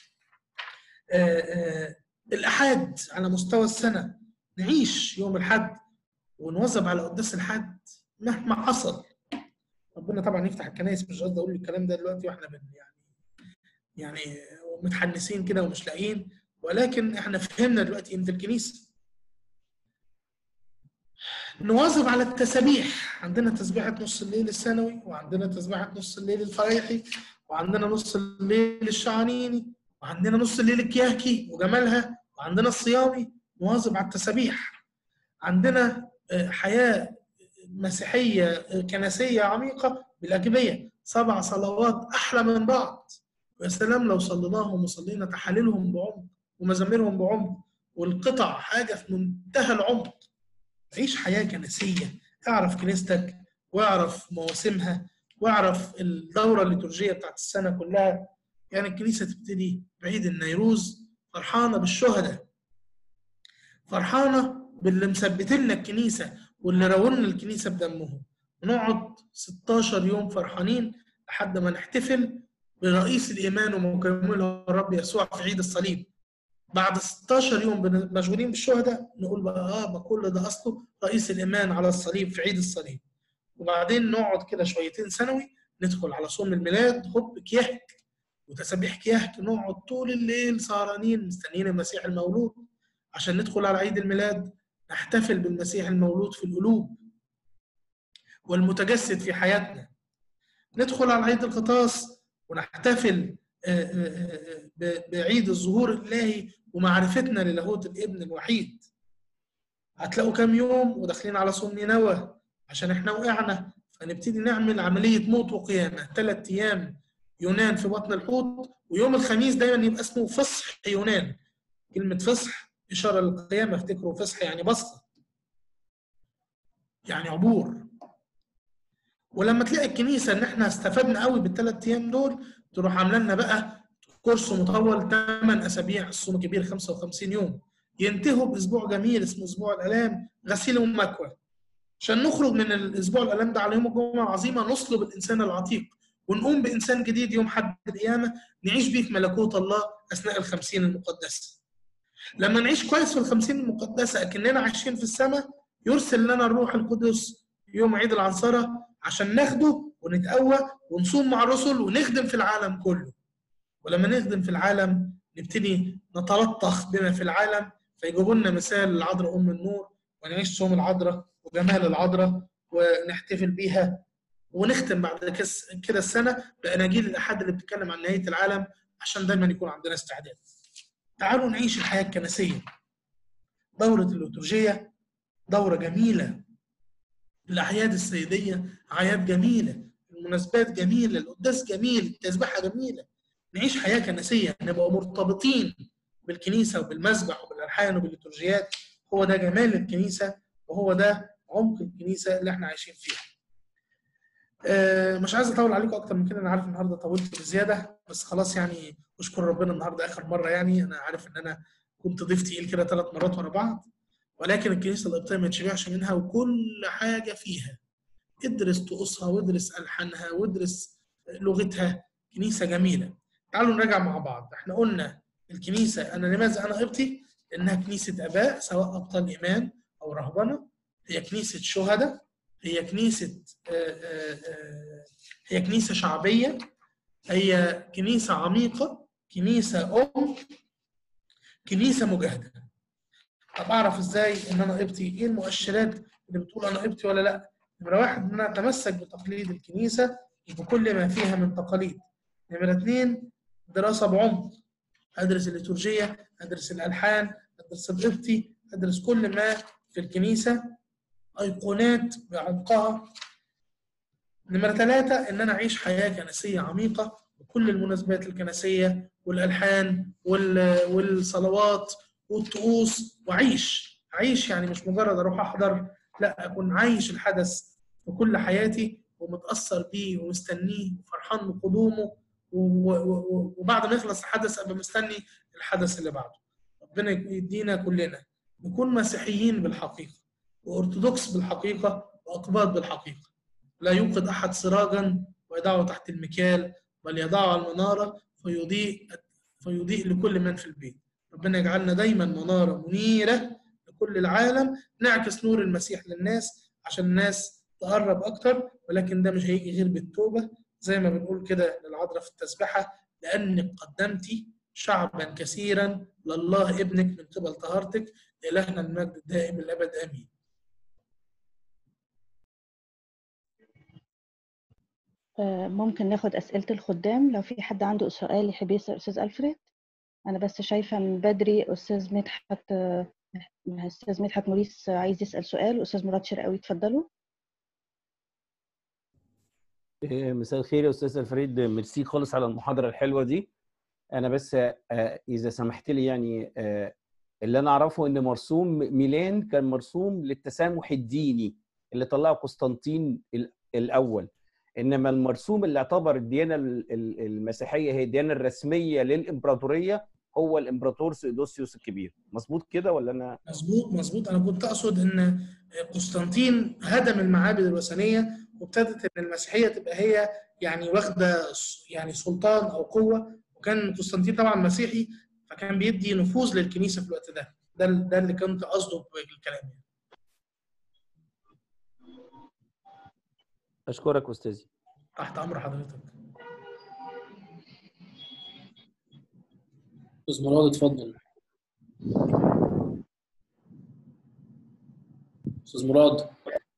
الأحد على مستوى السنة نعيش يوم الحد ونواظب على قداس الحد مهما حصل. ربنا طبعا يفتح الكنائس، مش قصدي اقول الكلام ده دلوقتي واحنا يعني متحنسين كده ومش لاقيين، ولكن احنا فهمنا دلوقتي قيمه الكنيسه. نواظب على التسابيح، عندنا تسبيحه نص الليل السنوي، وعندنا تسبيحه نص الليل الفريحي، وعندنا نص الليل الشعانيني، وعندنا نص الليل الكياكي وجمالها، وعندنا الصيامي. نواظب على التسابيح. عندنا حياه مسيحيه كنسيه عميقه بالاجبيه، 7 صلوات احلى من بعض، ويا سلام لو صليناهم وصلينا تحاليلهم بعمق ومزاميرهم بعمق، والقطع حاجه في منتهى العمق. عيش حياه كنسيه، اعرف كنيستك واعرف مواسمها واعرف الدوره الليتورجيه بتاعت السنه كلها. يعني الكنيسه تبتدي بعيد النيروز فرحانه بالشهداء، فرحانه باللي مثبتين لنا الكنيسه واللي راولنا الكنيسه بدمهم، ونقعد 16 يوم فرحانين لحد ما نحتفل برئيس الايمان ومكمله الرب يسوع في عيد الصليب. بعد 16 يوم مشغولين بالشهداء نقول بقى ما كل ده اصله رئيس الايمان على الصليب في عيد الصليب. وبعدين نقعد كده شويتين ثانوي، ندخل على صوم الميلاد، هوب كيهك وتسابيح كيهك، نقعد طول الليل سهرانين مستنيين المسيح المولود عشان ندخل على عيد الميلاد، نحتفل بالمسيح المولود في القلوب والمتجسد في حياتنا. ندخل على عيد الغطاس ونحتفل بعيد الظهور الإلهي ومعرفتنا للاهوت الابن الوحيد. هتلاقوا كام يوم وداخلين على صوم نينوى عشان احنا وقعنا، فنبتدي نعمل عملية موت وقيامة، 3 أيام يونان في بطن الحوت، ويوم الخميس دايما يبقى اسمه فصح يونان. كلمة فصح إشارة للقيامة، افتكروا فصح يعني بسطة، يعني عبور. ولما تلاقي الكنيسة إن إحنا استفدنا قوي بال3 أيام دول، تروح عاملة لنا بقى كورس مطول 8 أسابيع، الصوم الكبير 55 يوم، ينتهوا بأسبوع جميل اسمه أسبوع الآلام، غسيل ومكوى، عشان نخرج من الأسبوع الآلام ده على يوم الجمعة العظيمة نصلب الإنسان العتيق ونقوم بإنسان جديد يوم حد القيامة نعيش بيه في ملكوت الله أثناء ال50 المقدسة. لما نعيش كويس في ال50 المقدسة أكننا عايشين في السماء، يرسل لنا الروح القدس يوم عيد العنصرة عشان ناخده ونتقوى ونصوم مع الرسل ونخدم في العالم كله. ولما نخدم في العالم نبتدي نتلطخ بما في العالم، فيجيبوا لنا مثال العذراء أم النور، ونعيش صوم العذراء وجمال العذراء ونحتفل بيها، ونختم بعد كده السنة بأناجيل الأحد اللي بتتكلم عن نهاية العالم عشان دايما يكون عندنا استعداد. تعالوا نعيش الحياة الكنسية. دورة الليتورجية دورة جميلة، الأعياد السيدية أعياد جميلة، المناسبات جميلة، القداس جميل، التسبيحة جميلة. نعيش حياة كنسية، نبقى مرتبطين بالكنيسة وبالمسبح وبالألحان وبالليتورجيات. هو ده جمال الكنيسة وهو ده عمق الكنيسة اللي احنا عايشين فيها. مش عايز اطول عليكم اكتر من كده، انا عارف النهارده طولت بزياده، بس خلاص يعني اشكر ربنا النهارده اخر مره. يعني انا عارف ان انا كنت ضيف تقيل كده 3 مرات ورا بعض، ولكن الكنيسه القبطيه ما تشبعش منها، وكل حاجه فيها ادرس طقوسها وادرس الحانها وادرس لغتها. كنيسه جميله. تعالوا نراجع مع بعض. احنا قلنا الكنيسه لماذا انا قبطي؟ لانها كنيسه اباء سواء ابطال ايمان او رهبنه، هي كنيسه شهداء، هي كنيسه شعبيه، هي كنيسه عميقه، كنيسه كنيسه مجاهده. طب اعرف ازاي ان انا قبطي؟ ايه المؤشرات اللي بتقول انا قبطي ولا لا؟ نمرة 1 ان انا اتمسك بتقاليد الكنيسه وبكل ما فيها من تقاليد. نمرة 2 دراسه بعمق، ادرس الليتورجيه، ادرس الالحان، ادرس القبطي، ادرس كل ما في الكنيسه، ايقونات بعمقها. نمرة 3 ان انا اعيش حياه كنسيه عميقه بكل المناسبات الكنسيه والالحان والصلوات والطقوس، واعيش يعني مش مجرد اروح احضر لا، اكون عايش الحدث في كل حياتي ومتاثر بيه ومستنيه وفرحان بقدومه، وبعد ما يخلص الحدث ابقى مستني الحدث اللي بعده. ربنا يدينا كلنا نكون مسيحيين بالحقيقه، وارثوذكس بالحقيقه، واقباط بالحقيقه. لا يوقد احد سراجا ويضعه تحت المكيال، بل يضعه على المناره فيضيء لكل من في البيت. ربنا يجعلنا دايما مناره منيره لكل العالم، نعكس نور المسيح للناس عشان الناس تقرب اكتر. ولكن ده مش هيجي غير بالتوبه، زي ما بنقول كده للعذراء في التسبحه: لانك قدمت شعبا كثيرا لله ابنك من قبل طهارتك، لإلهنا المجد الدائم الابد امين. ممكن ناخد أسئلة الخدام لو في حد عنده سؤال يحب يسأل أستاذ ألفريد. أنا بس شايفة من بدري أستاذ مدحت موريس عايز يسأل سؤال. أستاذ مراد شرقاوي اتفضلوا. مساء الخير يا أستاذ ألفريد، ميرسي خالص على المحاضرة الحلوة دي. أنا بس إذا سمحت لي يعني اللي أنا أعرفه إن مرسوم ميلان كان مرسوم للتسامح الديني اللي طلعه قسطنطين الأول، إنما المرسوم اللي اعتبر الديانة المسيحية هي الديانة الرسمية للإمبراطورية هو الإمبراطور سيودوسيوس الكبير. مظبوط كده ولا أنا؟ مظبوط. أنا كنت أقصد إن قسطنطين هدم المعابد الوثنية، وابتدت إن المسيحية تبقى هي يعني واخدة يعني سلطان أو قوة. وكان قسطنطين طبعا مسيحي، فكان بيدي نفوذ للكنيسة في الوقت ده. ده اللي كنت قصده بالكلام. أشكرك أستاذي. تحت أمر حضرتك. أستاذ مراد اتفضل. أستاذ مراد.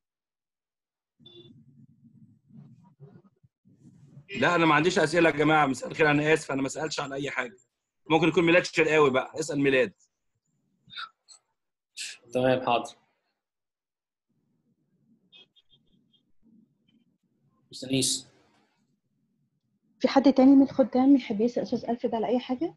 لا انا ما عنديش اسئله يا جماعه. مساء الخير، انا اسف انا ما سالتش عن اي حاجه. ممكن يكون ميلاد شرقاوي بقى، اسال ميلاد. تمام حاضر. مستنيس. في حد تاني من الخدام يحب يسأل أستاذ ألفريد على أي حاجة؟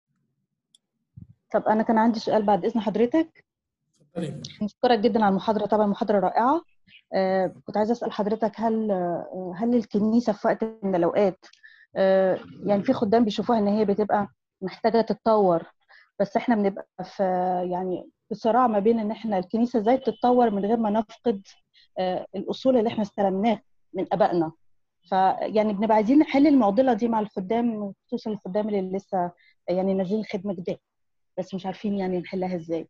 طب أنا كان عندي سؤال بعد إذن حضرتك. مشكورة جدا على المحاضرة، طبعا محاضرة رائعة. كنت عايزة أسأل حضرتك هل الكنيسة في وقت من الأوقات يعني في خدام بيشوفوها إن هي بتبقى محتاجة تتطور، بس إحنا بنبقى في يعني في صراع ما بين إن إحنا الكنيسة إزاي تتطور من غير ما نفقد الأصول اللي إحنا استلمناها من آبائنا. فيعني بنبقى عايزين نحل المعضلة دي مع الخدام، خصوصا الخدام اللي لسه يعني نازلين خدمة جديدة، بس مش عارفين يعني نحلها إزاي.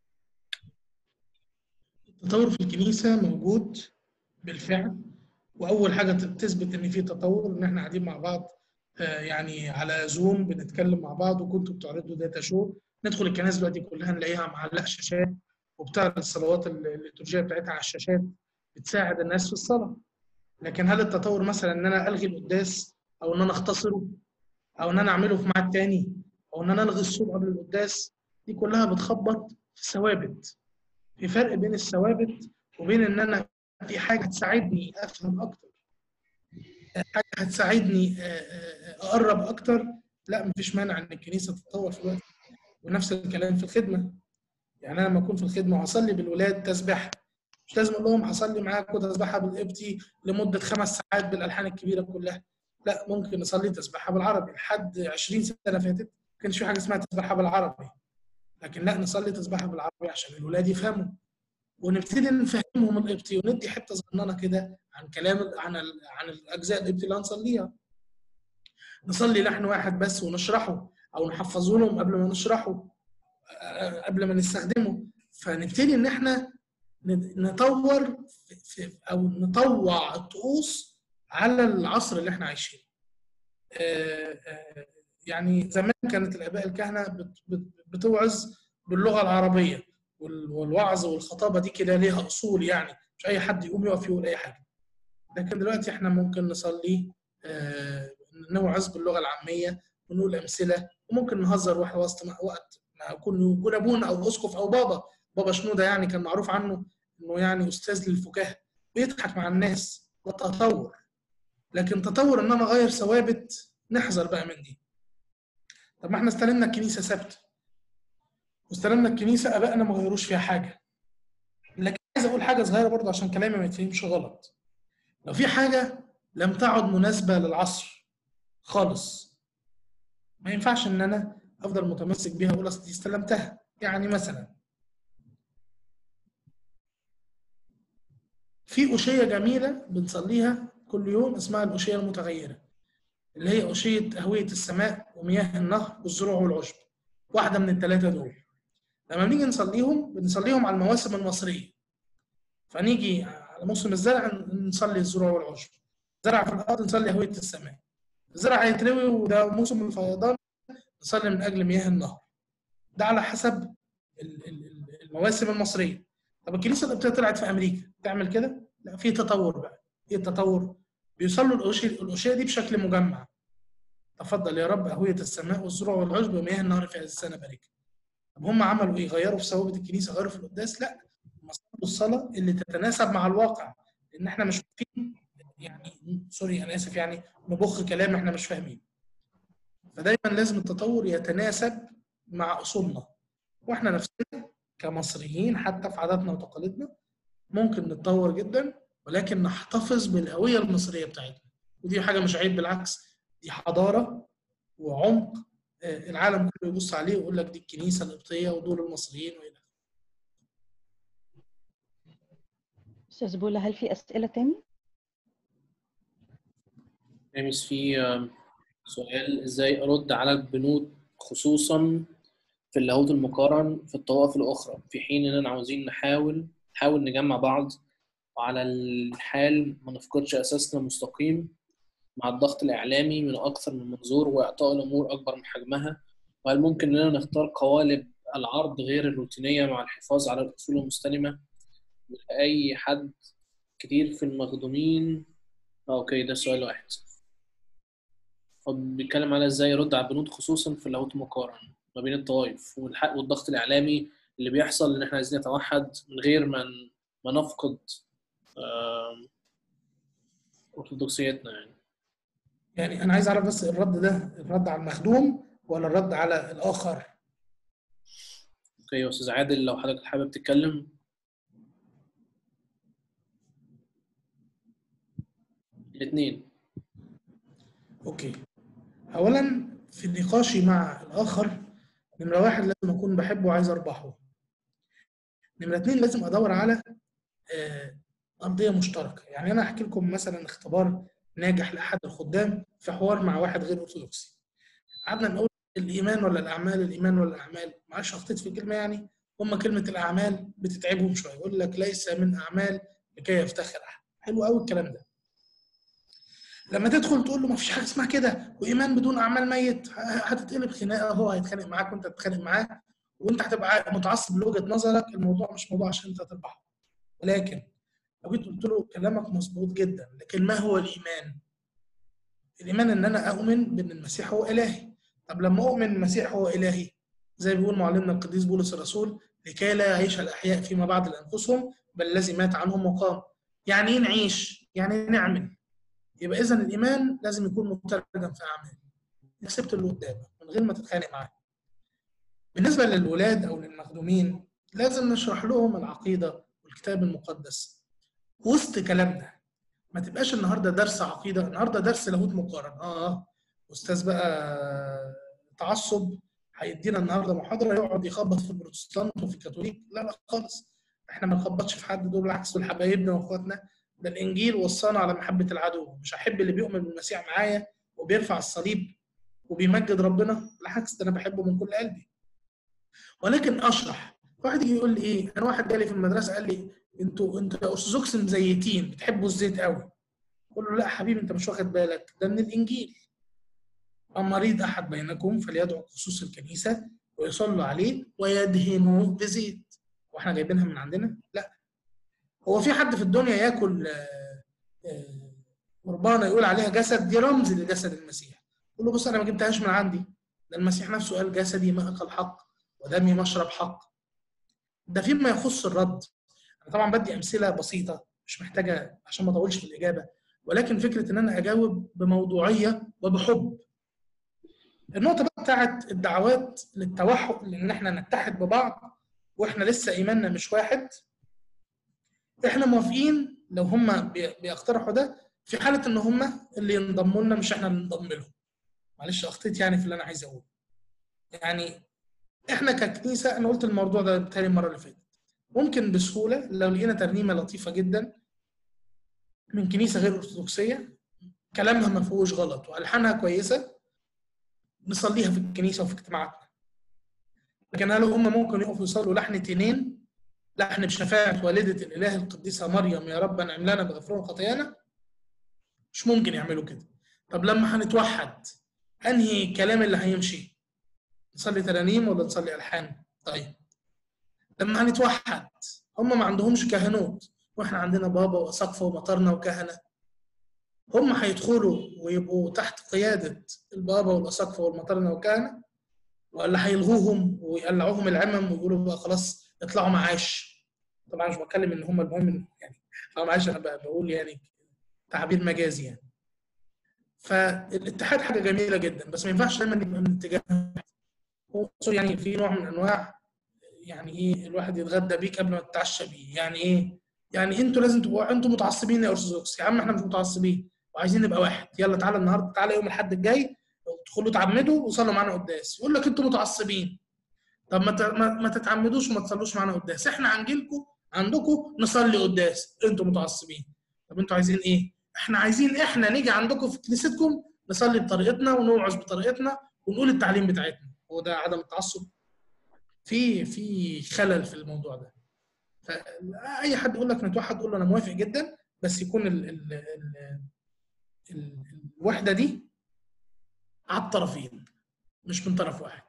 التطور في الكنيسة موجود بالفعل، واول حاجه تثبت ان في تطور ان احنا قاعدين مع بعض يعني على زوم بنتكلم مع بعض، وكنتوا بتعرضوا داتا شو. ندخل الكنائس دلوقتي كلها نلاقيها معلقه شاشات، وبتعرض الصلوات الليتورجيه بتاعتها على الشاشات، بتساعد الناس في الصلاه. لكن هل التطور مثلا ان انا الغي القداس، او ان انا اختصره، او ان انا اعمله في ميعاد تاني، او ان انا الغي الصوم قبل القداس؟ دي كلها بتخبط في الثوابت. في فرق بين الثوابت وبين ان انا في حاجه تساعدني افهم اكتر، حاجه هتساعدني اقرب اكتر. لا، مفيش مانع ان الكنيسه تتطور في الوقت. ونفس الكلام في الخدمه. يعني انا لما اكون في الخدمه وهصلي بالولاد تسبيحه، مش لازم اقول لهم هصلي معاكم تسبيحه بالقبطي لمده 5 ساعات بالالحان الكبيره كلها. لا، ممكن نصلي تسبيحه بالعربي. لحد 20 سنه فاتت ما كانش في حاجه اسمها تسبيحه بالعربي، لكن لا، نصلي تسبيحه بالعربي عشان الولاد يفهموا، ونبتدي نفهمهم القبطي، وندي حته صغننه كده عن كلام عن الاجزاء القبطي اللي هنصليها. نصلي لحن واحد بس ونشرحه، او نحفظه لهم قبل ما نشرحه، قبل ما نستخدمه. فنبتدي ان احنا نطور او نطوع الطقوس على العصر اللي احنا عايشينه. يعني زمان كانت الاباء الكهنه بتوعظ باللغه العربيه، والوعظ والخطابه دي كده ليها اصول، يعني مش اي حد يقوم يقف يقول اي حاجه. لكن دلوقتي احنا ممكن نصلي نوعظ باللغه العاميه ونقول امثله، وممكن نهزر وقت ما يكون ابونا او اسقف او بابا شنوده، يعني كان معروف عنه انه يعني استاذ للفكاهه، بيضحك مع الناس. ده تطور. لكن تطور ان انا اغير ثوابت، نحذر بقى من دي. طب ما احنا استلمنا الكنيسه ثابته، واستلمنا الكنيسه ابائنا ما غيروش فيها حاجه، لكن عايز اقول حاجه صغيره برضه عشان كلامي ما يتفهمش غلط. لو في حاجه لم تعد مناسبه للعصر خالص، ما ينفعش ان انا افضل متمسك بيها واقول اصل دي استلمتها. يعني مثلا في أشية جميلة بنصليها كل يوم اسمها الأشية المتغيرة، اللي هي أشية أهوية السماء ومياه النهر والزروع والعشب، واحدة من الثلاثة دول. لما بنيجي نصليهم بنصليهم على المواسم المصرية، فنيجي على موسم الزرع نصلي الزروع والعشب، زرع في الأرض نصلي أهوية السماء، الزرع هيتروي وده موسم الفيضان نصلي من أجل مياه النهر. ده على حسب المواسم المصرية. طب الكنيسة القبطية طلعت في أمريكا تعمل كده؟ لا، في تطور بقى. ايه التطور؟ بيصلوا الأشياء دي بشكل مجمع. تفضل يا رب أهوية السماء والزروع والعشب ومياه النهر في هذه السنة بارك. طب هم عملوا ايه؟ غيروا في ثوابت الكنيسة، غيروا في القداس؟ لا، هم صلوا الصلاة اللي تتناسب مع الواقع، لأن احنا مش فاهمين، يعني سوري أنا آسف، يعني نبخ كلام احنا مش فاهمين. فدايما لازم التطور يتناسب مع أصولنا، واحنا نفسنا كمصريين حتى في عاداتنا وتقاليدنا ممكن نتطور جدا، ولكن نحتفظ بالهويه المصريه بتاعتنا. ودي حاجه مش عيب، بالعكس دي حضاره وعمق العالم كله يبص عليه ويقول لك دي الكنيسه القبطيه ودول المصريين والى اخره. استاذ بولا، هل في اسئله تاني؟ رامز في سؤال: ازاي ارد على البنود خصوصا في اللاهوت المقارن في الطوائف الاخرى، في حين اننا عاوزين نحاول نجمع بعض، وعلى الحال ما نفقدش اساسنا المستقيم مع الضغط الاعلامي من اكثر من منظور واعطاء الامور اكبر من حجمها؟ وهل ممكن اننا نختار قوالب العرض غير الروتينيه مع الحفاظ على الاصول المستلمه لاي حد كتير في المخدومين؟ اوكي، ده سؤال واحد. هو بيتكلم على ازاي يرد على البنود خصوصا في اللاهوت المقارن ما بين الطوائف والضغط الاعلامي اللي بيحصل ان احنا عايزين نتوحد من غير ما نفقد ارثوذكسيتنا. يعني انا عايز اعرف بس الرد ده الرد على المخدوم ولا الرد على الاخر؟ اوكي يا استاذ عادل، لو حضرتك حابب تتكلم. الاثنين. اوكي. اولا في نقاشي مع الاخر، نمره واحد لازم اكون بحبه وعايز اربحه. نمره اتنين لازم ادور على ارضيه مشتركه. يعني انا احكي لكم مثلا اختبار ناجح لاحد الخدام في حوار مع واحد غير ارثوذكسي. قعدنا نقول الايمان ولا الاعمال، الايمان ولا الاعمال، معلش اخطيت في كلمه، يعني هم كلمه الاعمال بتتعبهم شويه، يقول لك ليس من اعمال لكي يفتخر احد. حلو قوي الكلام ده. لما تدخل تقول له ما فيش حاجه اسمها كده وايمان بدون اعمال ميت، هتتقلب خناقه، هو هيتخانق معاك وانت تتخانق معاه، وانت هتبقى متعصب لوجهه نظرك. الموضوع مش موضوع عشان انت تربحه. ولكن لو جيت قلت له كلامك مظبوط جدا، لكن ما هو الايمان؟ الايمان ان انا اؤمن بان المسيح هو الهي. طب لما اؤمن المسيح هو الهي، زي بيقول معلمنا القديس بولس الرسول: لكي لا يعيش الاحياء فيما بعد لانفسهم بل الذي مات عنهم وقام. يعني ايه نعيش؟ يعني نعمل. يبقى اذا الايمان لازم يكون مترجم في اعمال. كسبت اللي قدامك من غير ما تتخانق معاه. بالنسبه للولاد او للمخدومين، لازم نشرح لهم العقيده والكتاب المقدس وسط كلامنا. ما تبقاش النهارده درس عقيده، النهارده درس لاهوت مقارن. استاذ بقى تعصب هيدينا النهارده محاضره يقعد يخبط في البروتستانت وفي الكاثوليك. لا لا خالص، احنا ما نخبطش في حد، دول بالعكس دول حبايبنا واخواتنا. ده الانجيل وصانا على محبه العدو. مش هحب اللي بيؤمن بالمسيح معايا وبيرفع الصليب وبيمجد ربنا، بالعكس ده انا بحبه من كل قلبي. ولكن اشرح. واحد يجي يقول لي ايه، انا واحد جالي في المدرسه قال لي انتوا يا ارثوذكس مزيتين بتحبوا الزيت قوي. اقول له لا حبيبي انت مش واخد بالك، ده من الانجيل: اما مريض احد بينكم فليدعو خصوص الكنيسه ويصلوا عليه ويدهنوه بزيت. واحنا جايبينها من عندنا؟ لا. هو في حد في الدنيا ياكل قربانه يقول عليها جسد؟ دي رمز لجسد المسيح. يقول له بص انا ما جبتهاش من عندي، ده المسيح نفسه قال جسدي مأكل حق ودمي مشرب حق. ده فيما يخص الرد. انا طبعا بدي امثله بسيطه مش محتاجه عشان ما اطولش في الاجابه، ولكن فكره ان انا اجاوب بموضوعيه وبحب. النقطه بقى بتاعت الدعوات للتوحد، لان احنا نتحد ببعض واحنا لسه ايماننا مش واحد. احنا موافقين لو هم بيقترحوا ده في حاله ان هم اللي ينضموا لنا مش احنا اللي ننضم لهم. معلش اخطيت يعني في اللي انا عايز اقوله. يعني احنا ككنيسه، انا قلت الموضوع ده بتهيألي المره اللي فاتت، ممكن بسهوله لو لقينا ترنيمه لطيفه جدا من كنيسه غير ارثوذكسيه كلامها ما فيهوش غلط والحانها كويسه، نصليها في الكنيسه وفي اجتماعاتنا. لكن هل هم ممكن يقفوا يصلوا لحن تنين، لحن بشفاعة والدة الإله القديسة مريم يا رب انعم لنا بغفران خطايانا؟ مش ممكن يعملوا كده. طب لما هنتوحد انهي الكلام اللي هيمشي؟ نصلي ترانيم ولا نصلي ألحان؟ طيب لما هنتوحد هم ما عندهمش كهنوت واحنا عندنا بابا وأساقفة ومطرنا وكهنة، هم هيدخلوا ويبقوا تحت قيادة البابا والأساقفة والمطرنا وكهنة، ولا هيلغوهم ويقلعوهم العمم ويقولوا بقى خلاص اطلعوا معاش؟ طبعا مش بتكلم ان هم المهم يعني اطلعوا معاش، انا بقول يعني تعبير مجازي يعني. فالاتحاد حاجه جميله جدا، بس ما ينفعش دايما نبقى من اتجاه يعني في نوع من انواع يعني ايه الواحد يتغدى بيك قبل ما تتعشى بيه. يعني ايه؟ يعني انتوا لازم تبقوا انتوا متعصبين يا ارثوذكس. يا عم احنا مش متعصبين وعايزين نبقى واحد. يلا تعالى النهارده، تعالى يوم الاحد الجاي ادخلوا تعمدوا وصلوا معانا قداس. يقول لك انتوا متعصبين. طب ما تتعمدوش وما تصلوش معانا قداس، احنا هنجيلكم عندكم نصلي قداس. انتوا متعصبين. طب انتوا عايزين ايه؟ احنا عايزين احنا نيجي عندكم في كنيستكم نصلي بطريقتنا ونوعظ بطريقتنا ونقول التعليم بتاعتنا. هو ده عدم التعصب؟ في خلل في الموضوع ده. فاي حد يقول لك نتوحد قول له انا موافق جدا، بس يكون الوحده دي على الطرفين مش من طرف واحد.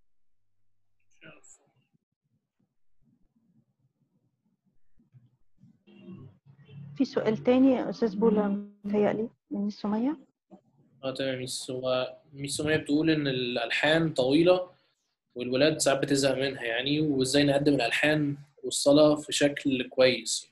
في سؤال تاني يا استاذ بولا متهيألي من سمية. تمام. ميس سمية بتقول ان الالحان طويله والولاد ساعات بتزهق منها يعني، وازاي نقدم الالحان والصلاه في شكل كويس.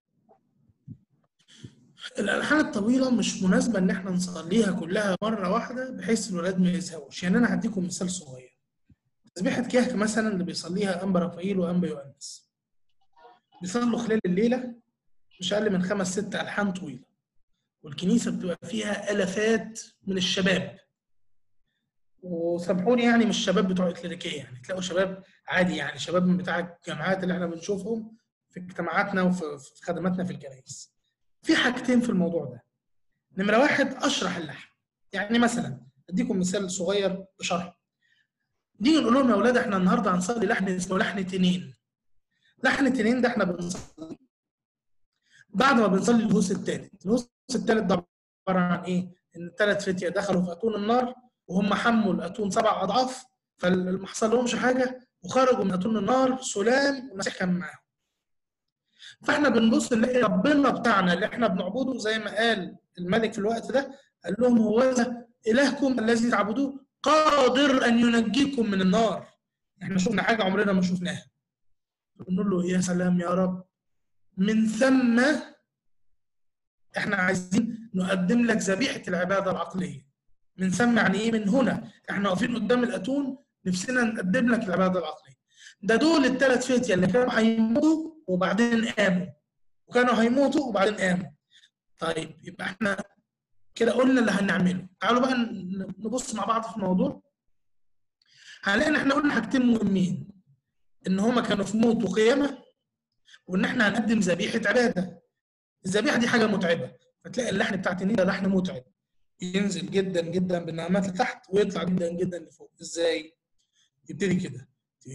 الالحان الطويله مش مناسبه ان احنا نصليها كلها مره واحده بحيث الولاد ما يزهقوش. يعني انا هديكم مثال صغير. تسبيحه كهك مثلا اللي بيصليها انبا رافائيل وانبا يوحنس، بيصلوا خلال الليله مش اقل من 5 6 الحان طويله، والكنيسه بتبقى فيها الافات من الشباب. وسامحوني يعني مش شباب بتوع اكليريكيه، يعني تلاقوا شباب عادي، يعني شباب من بتاع الجامعات اللي احنا بنشوفهم في اجتماعاتنا وفي خدماتنا في الكنائس. في حاجتين في الموضوع ده. نمره واحد، اشرح اللحن. يعني مثلا اديكم مثال صغير بشرح. نيجي نقول لهم يا اولاد احنا النهارده هنصلي لحن اسمه لحن تنين. لحن تنين ده احنا بنصلي بعد ما بنصلي الهوس الثالث. الهوس الثالث ده عباره عن ايه؟ ان الثلاث فتيه دخلوا في اتون النار وهم حموا الاتون 7 اضعاف، فما حصل لهمش حاجه وخرجوا من اتون النار سلام والمسيح كان معاهم. فاحنا بنبص نلاقي ربنا بتاعنا اللي احنا بنعبده زي ما قال الملك في الوقت ده، قال لهم هو الهكم الذي تعبدوه قادر ان ينجيكم من النار. احنا شفنا حاجه عمرنا ما شفناها. بنقول له يا سلام يا رب، من ثم احنا عايزين نقدم لك ذبيحه العباده العقليه. من ثم يعني ايه؟ من هنا احنا واقفين قدام الاتون نفسنا نقدم لك العباده العقليه. ده دول الثلاث فتية اللي كانوا هيموتوا وبعدين قاموا، وكانوا هيموتوا وبعدين قاموا. طيب يبقى احنا كده قلنا اللي هنعمله. تعالوا بقى نبص مع بعض في الموضوع. هنلاقي ان احنا قلنا حاجتين مهمين، ان هما كانوا في موت وقيامه، وان احنا هنقدم ذبيحه عباده. الذبيحه دي حاجه متعبه، فتلاقي اللحن بتاع التنين ده لحن متعب، ينزل جدا جدا بالنغمات لتحت ويطلع جدا جدا لفوق. ازاي؟ يبتدي كده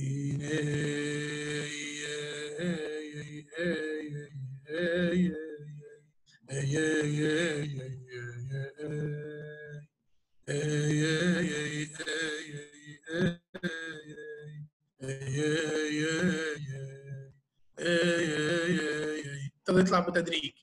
ابتدى يطلع بتدريج.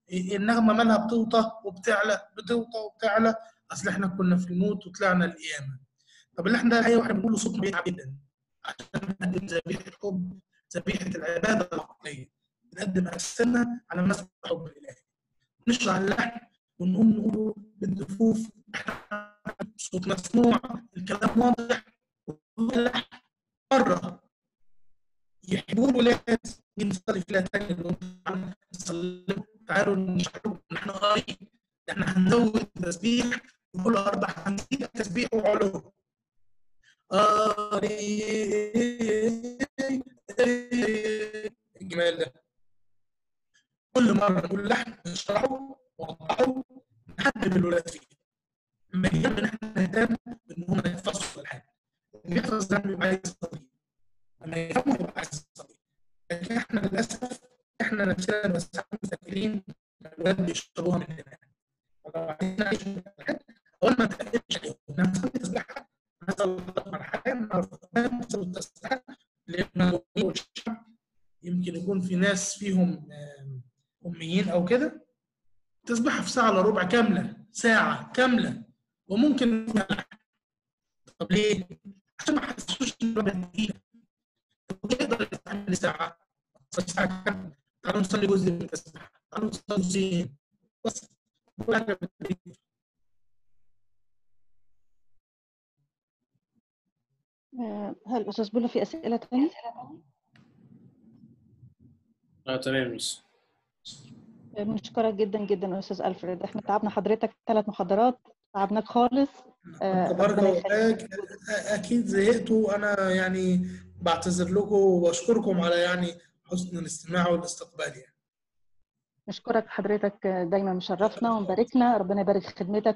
النغمه مالها بتوطى وبتعلى، بتوطى وبتعلى، اصل احنا كنا في الموت وطلعنا القيامه. طب اللي احنا الحقيقه واحنا بنقول صوتنا بيتعب جدا عشان نقدم ذبيحه حب، ذبيحه العباده العقليه، بنقدم اجسادنا على مسبح حب الالهي، نشرح اللحن ونقوم نقوله بالدفوف، صوت مسموع، الكلام واضح، اللحن مره يحبون الولاد نصلي في تاني، نصلي تعالوا نشكروا ان احنا قريب، احنا هنزود تسبيح ونقول 4 هنزيد تسبيح وعلو. الجمال ده كل مره نقول لحن نشرحه ونوضحه نحبب الولاد فيه. لما يهم ان احنا نهتم ان هم يحفظوا الحاجه، اللي يحفظ ده بيبقى عايز يصلي، لما يفهموا يبقى عايز يصلي. لكن احنا للاسف احنا نفسنا مساحات مستقلين، الولاد بيشربوها مننا. لو عايزين نعيش اول ما تقلقش عليهم نصلي تسبيحه، نصلي مرحله، نصلي التسبيحه لان الشعب يمكن يكون في ناس فيهم اميين او كده، تسبيحه في ساعه الا ربع كامله، ساعه كامله، وممكن. طب ليه؟ عشان ما حسوش ان الولد تقيله، ويقدر يستحمل ساعه، ساعه كامله. تعالوا نصلي جزء من التسبيحه، تعالوا نصلي جزئين بس. هل استاذ بولا في اسئله ثانيه؟ تمام مس. بنشكرك جدا جدا استاذ الفريد، احنا تعبنا حضرتك 3 محاضرات، تعبناك خالص. ربنا يخليك. اكيد زهقتوا، وانا يعني بعتذر لكم واشكركم على يعني حسن الاستماع والاستقبال. يعني نشكرك حضرتك، دايما مشرفنا ومباركنا، ربنا يبارك في خدمتك